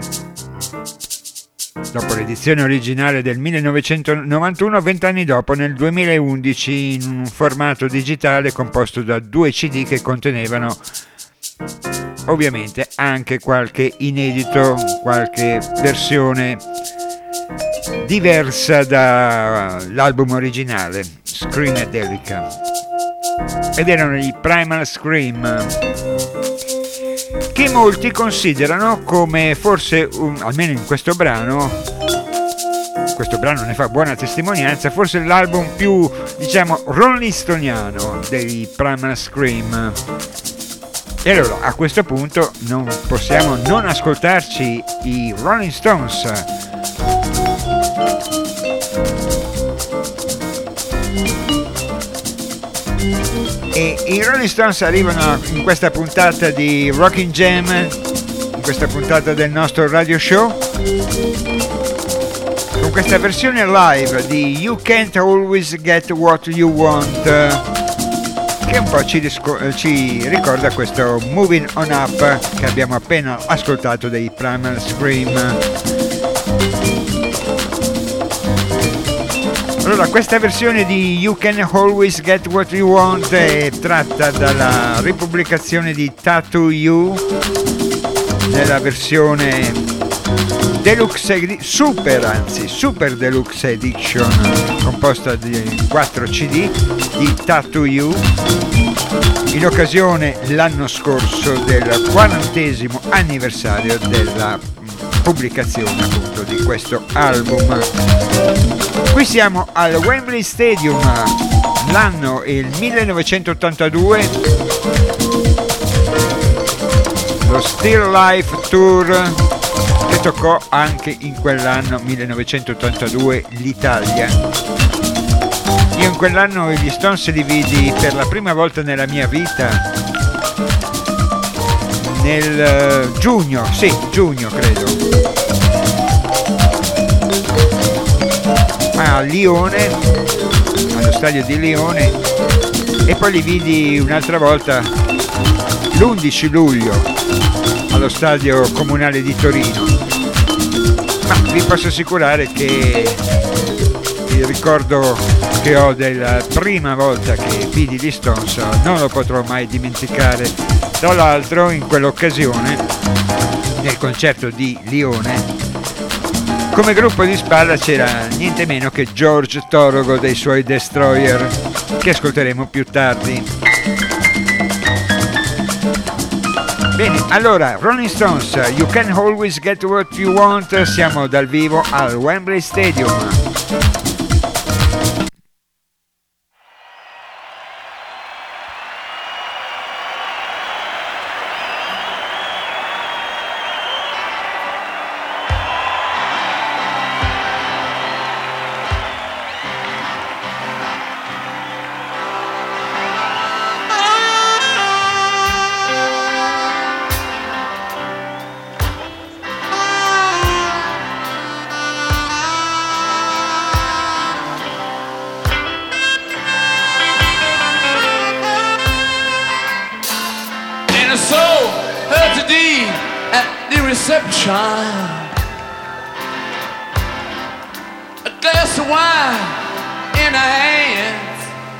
dopo l'edizione originale del 1991, 20 anni dopo, nel 2011, in un formato digitale composto da 2 CD che contenevano ovviamente anche qualche inedito, qualche versione diversa dall'album originale, Screamadelica, ed erano i Primal Scream, che molti considerano come forse, almeno in questo brano ne fa buona testimonianza, forse l'album più, diciamo, rollistoniano dei Primal Scream. E allora a questo punto non possiamo non ascoltarci i Rolling Stones. E i Rolling Stones arrivano in questa puntata di Rockin' Jam, in questa puntata del nostro radio show, con questa versione live di You Can't Always Get What You Want, che un po' ci ricorda questo Moving On Up che abbiamo appena ascoltato dei Primal Scream. Allora, questa versione di You Can Always Get What You Want è tratta dalla ripubblicazione di Tattoo You nella versione Deluxe Super Deluxe Edition, composta di 4 CD di Tattoo You, in occasione l'anno scorso del 40° anniversario della pubblicazione appunto di questo album. Qui siamo al Wembley Stadium, l'anno è il 1982, lo Still Life Tour che toccò anche in quell'anno 1982 l'Italia. Io in quell'anno gli Stones li vidi per la prima volta nella mia vita nel giugno credo, a Lione, allo stadio di Lione, e poi li vidi un'altra volta l'11 luglio allo stadio comunale di Torino. Ma vi posso assicurare che il ricordo che ho della prima volta che vidi gli Stones non lo potrò mai dimenticare. Tra l'altro in quell'occasione, nel concerto di Lione, come gruppo di spalla c'era niente meno che George Thorogood dei suoi Destroyer, che ascolteremo più tardi. Bene, allora, Rolling Stones, You Can Always Get What You Want, siamo dal vivo al Wembley Stadium. A glass of wine in her hands.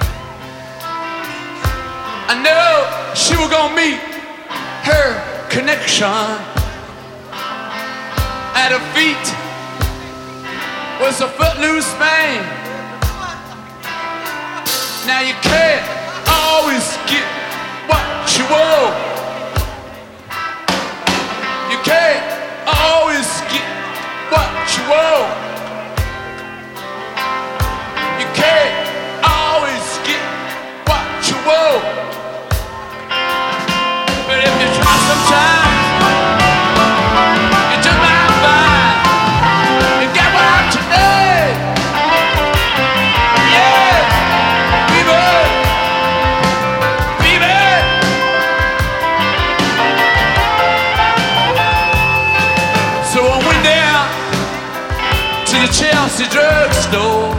I know she was gonna meet her connection. At her feet was a footloose man. Now you can't always get what you want. You can't always get what you want. You can't always get what you want. But if you try sometimes, you just might find you get what you need. Yeah, baby, baby. So I went down to the Chelsea drugstore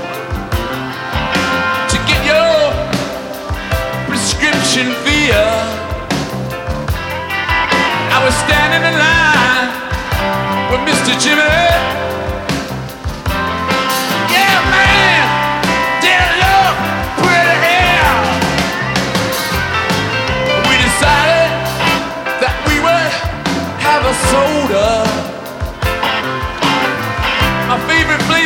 to get your prescription via. I was standing in line with Mr. Jimmy. Yeah, man, did look pretty here. We decided that we would have a soda. My favorite flavor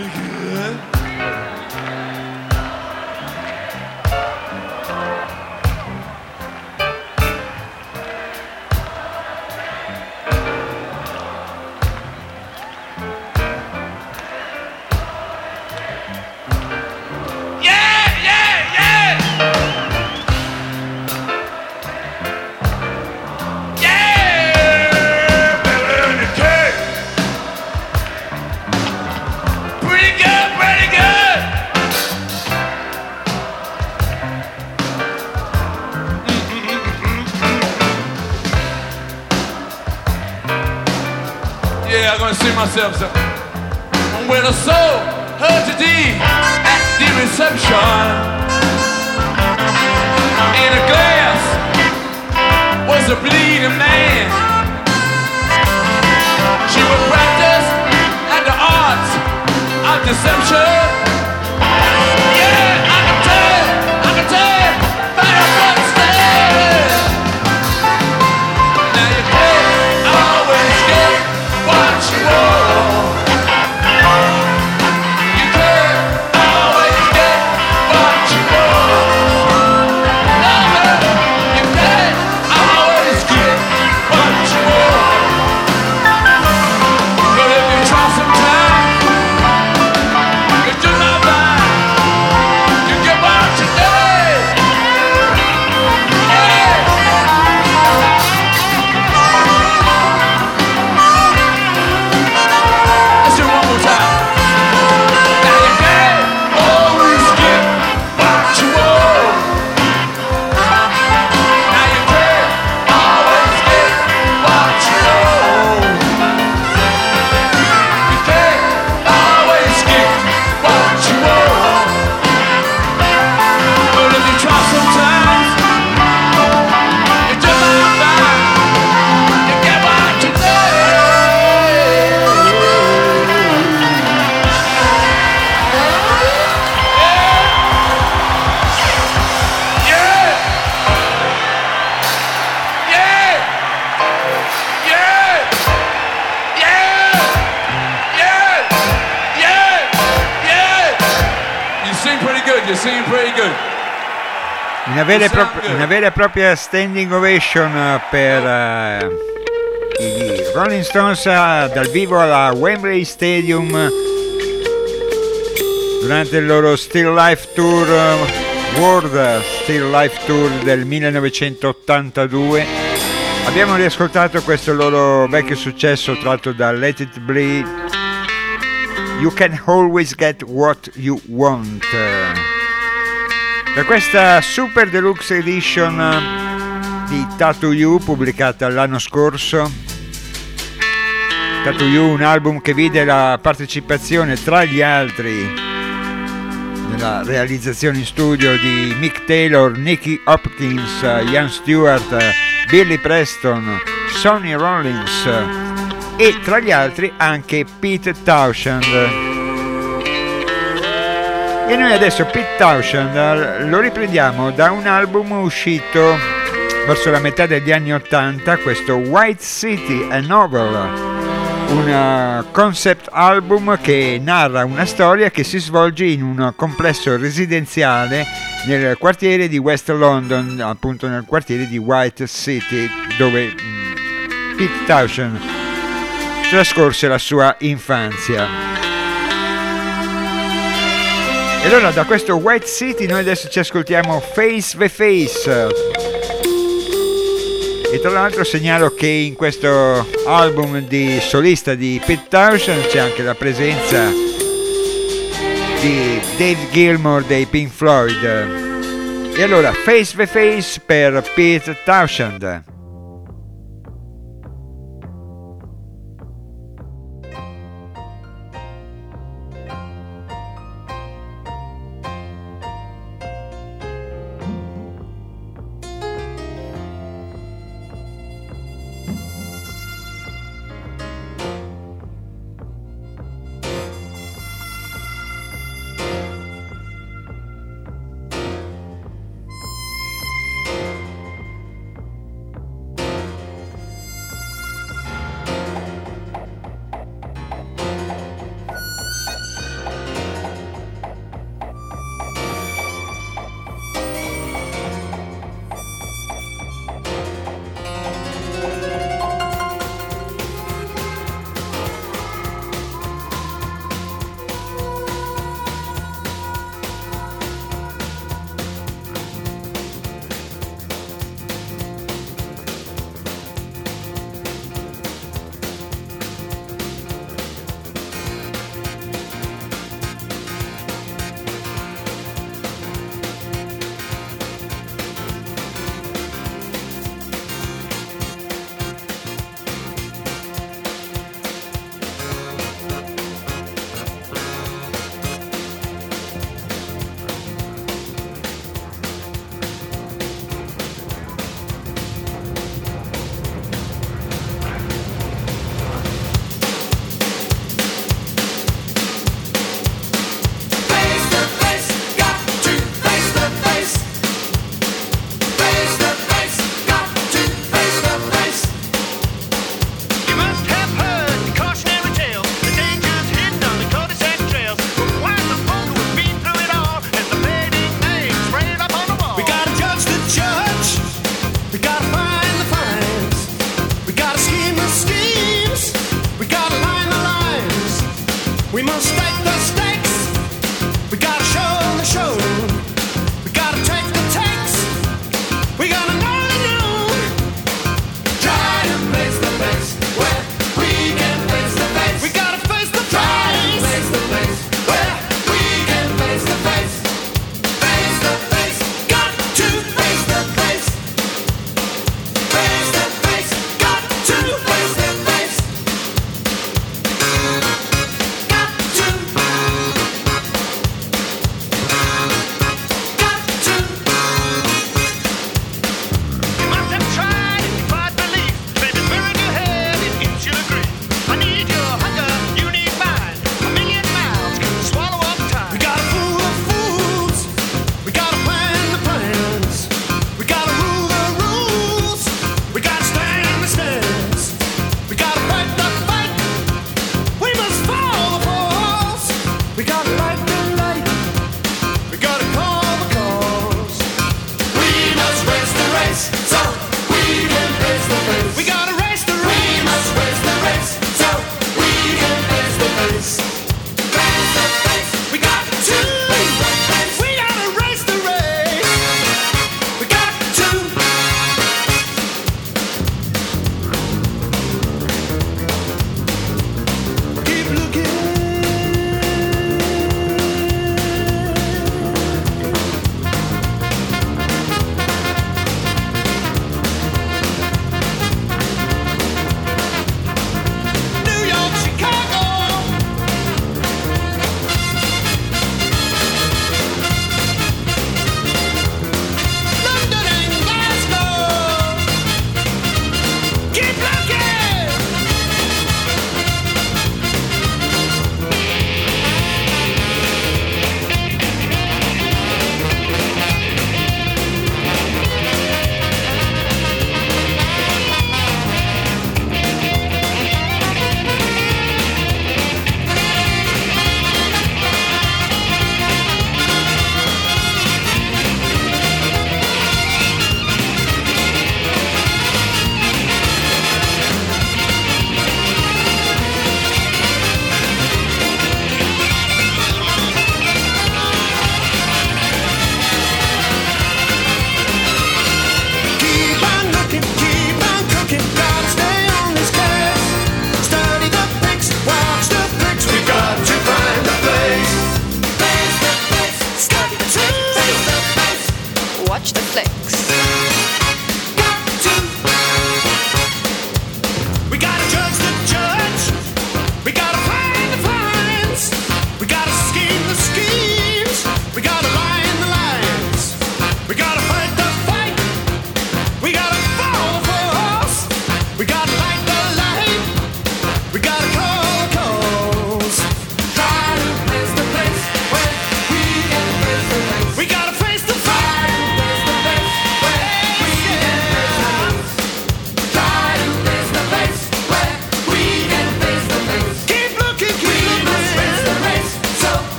Yeah, I'm gonna sing myself some. When I saw her today at the reception, in a glass was a bleeding man. She would practice at the arts of deception. Yeah, I can tell by her footsteps. Now you can't always get what you want. You can't always get what you want. No, you can't always get what you want. But if you try sometime, you do not mind. You get what you need. Yeah. Let's do it one more time. Now you can't always get what you want. Now you can't always get what you want. You can't always get what you want. But if you try sometimes, you do not mind. You get what you need. You sing pretty good. Una vera e propria standing ovation per i Rolling Stones dal vivo alla Wembley Stadium durante il loro Still Life Tour World Still Life Tour del 1982. Abbiamo riascoltato questo loro vecchio successo tratto da Let It Bleed, You Can Always Get What You Want. Da questa Super Deluxe Edition di Tattoo You pubblicata l'anno scorso. Tattoo You, un album che vide la partecipazione tra gli altri nella realizzazione in studio di Mick Taylor, Nicky Hopkins, Ian Stewart, Billy Preston, Sonny Rollins e tra gli altri anche Pete Townshend. E noi adesso Pete Townshend lo riprendiamo da un album uscito verso la metà degli anni '80, questo White City, a Novel, un concept album che narra una storia che si svolge in un complesso residenziale nel quartiere di West London, appunto nel quartiere di White City, dove Pete Townshend trascorse la sua infanzia. E allora da questo White City noi adesso ci ascoltiamo Face the Face. E tra l'altro segnalo che in questo album di solista di Pete Townshend c'è anche la presenza di Dave Gilmour dei Pink Floyd. E allora Face the Face per Pete Townshend.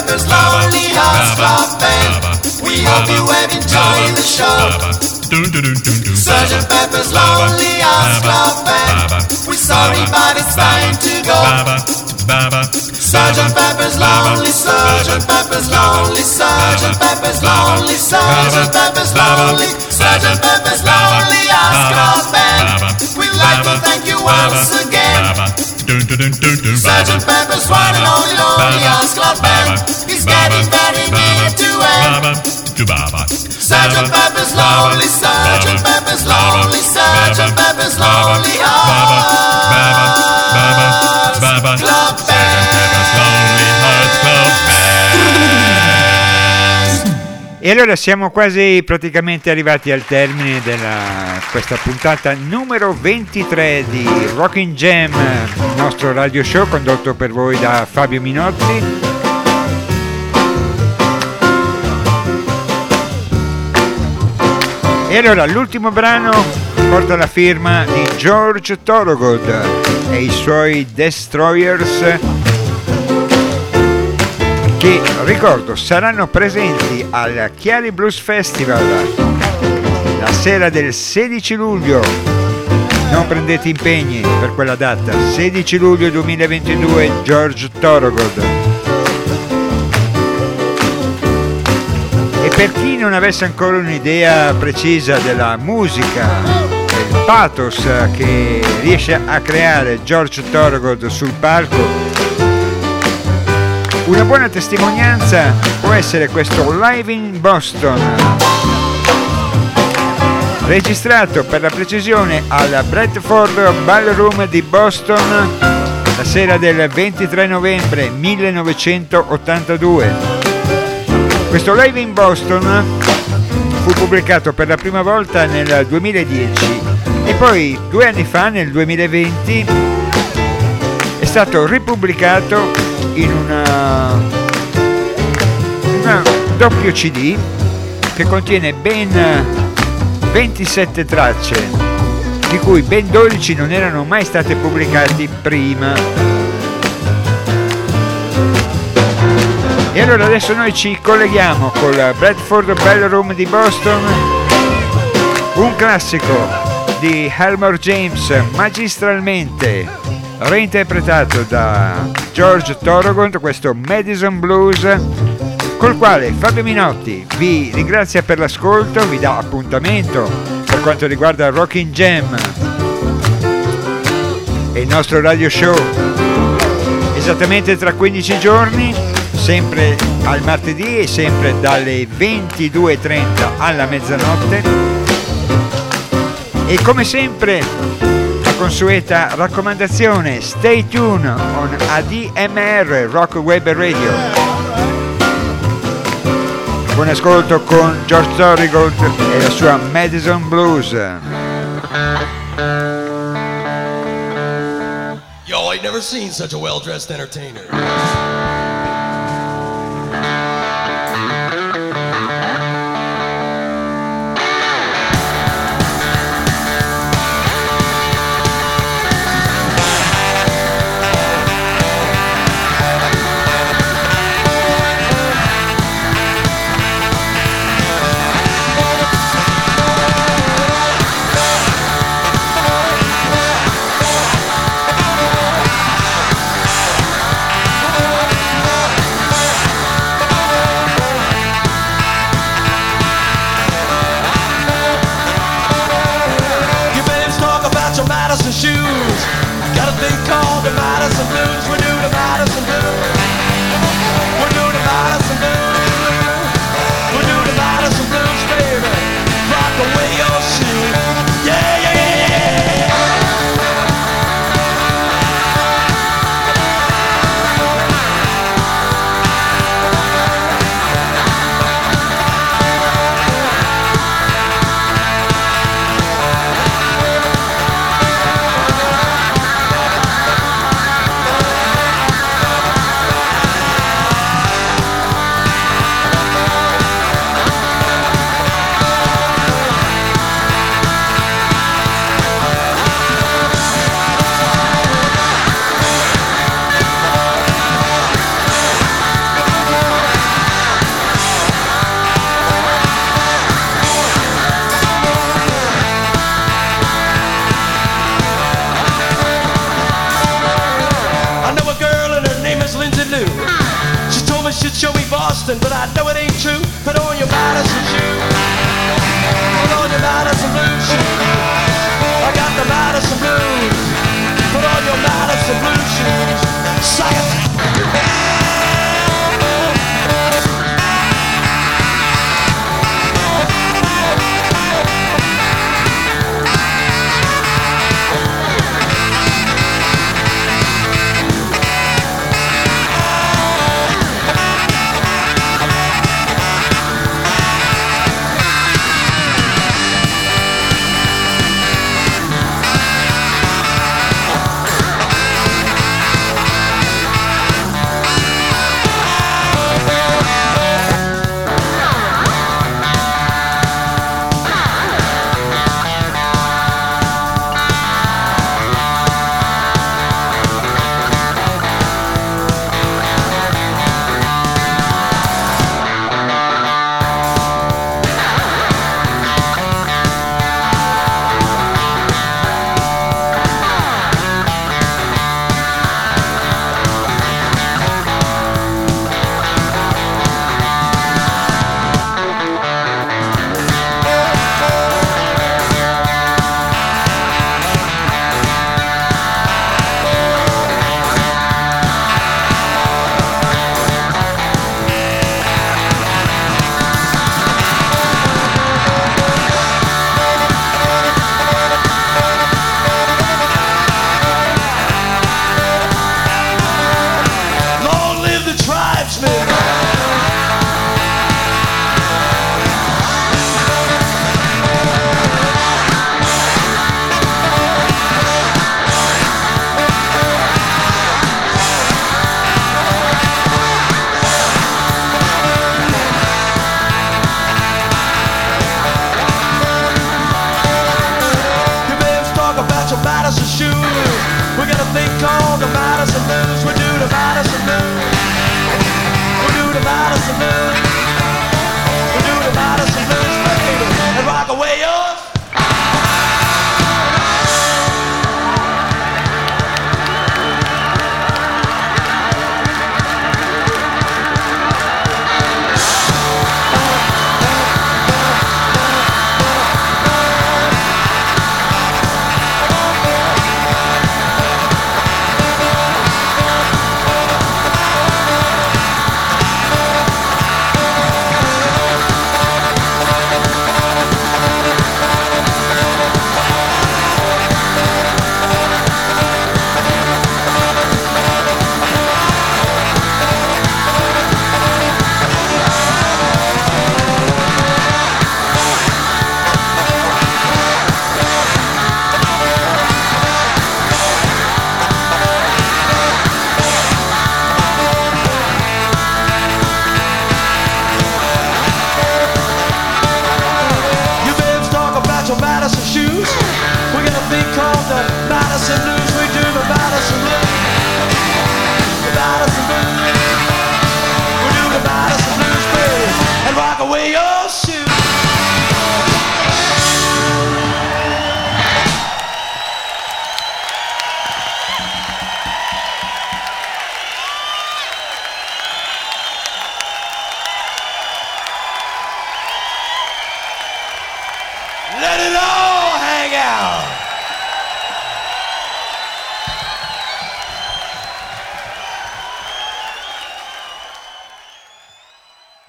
Pepper's Lonely Hearts Club Band. We hope you have enjoyed the show. Sgt. Pepper's Lonely Hearts Club Band. We're sorry, but it's time to go. Sgt. Pepper's Lonely, Sgt. Pepper's Lonely, Sgt. Pepper's Lonely, Sgt. Pepper's Lonely, Sgt. Pepper's Lonely Hearts Club Band. We'd like to thank you once again. Sgt. Pepper's one and only Lonely Hearts Club Band is getting very near to end. Sgt. Pepper's Lonely, Sgt. Pepper's Lonely, Sgt. Pepper's Lonely Hearts Club Band. E allora siamo quasi praticamente arrivati al termine di questa puntata numero 23 di Rockin' Jam, il nostro radio show condotto per voi da Fabio Minotti. E allora l'ultimo brano porta la firma di George Thorogood e i suoi Destroyers, che ricordo saranno presenti al Chiari Blues Festival la sera del 16 luglio. Non prendete impegni per quella data, 16 luglio 2022, George Thorogood. E per chi non avesse ancora un'idea precisa della musica, del pathos che riesce a creare George Thorogood sul palco, una buona testimonianza può essere questo Live in Boston, registrato per la precisione al Bradford Ballroom di Boston la sera del 23 novembre 1982. Questo Live in Boston fu pubblicato per la prima volta nel 2010 e poi 2 anni fa, nel 2020, è stato ripubblicato in una doppio CD che contiene ben 27 tracce, di cui ben 12 non erano mai state pubblicate prima. E allora adesso noi ci colleghiamo col Bradford Ballroom di Boston, un classico di Elmore James magistralmente reinterpretato da George Thorogood, questo Madison Blues, col quale Fabio Minotti vi ringrazia per l'ascolto, vi dà appuntamento per quanto riguarda Rockin' Jam e il nostro radio show esattamente tra 15 giorni, sempre al martedì e sempre dalle 22:30 alla mezzanotte. E come sempre, consueta raccomandazione, stay tuned on ADMR Rock Web Radio. Buon ascolto con George Thorogood e la sua Madison Blues. Yo, I never seen such a well-dressed entertainer. Show me Boston, but I know it ain't true. Put on your Madison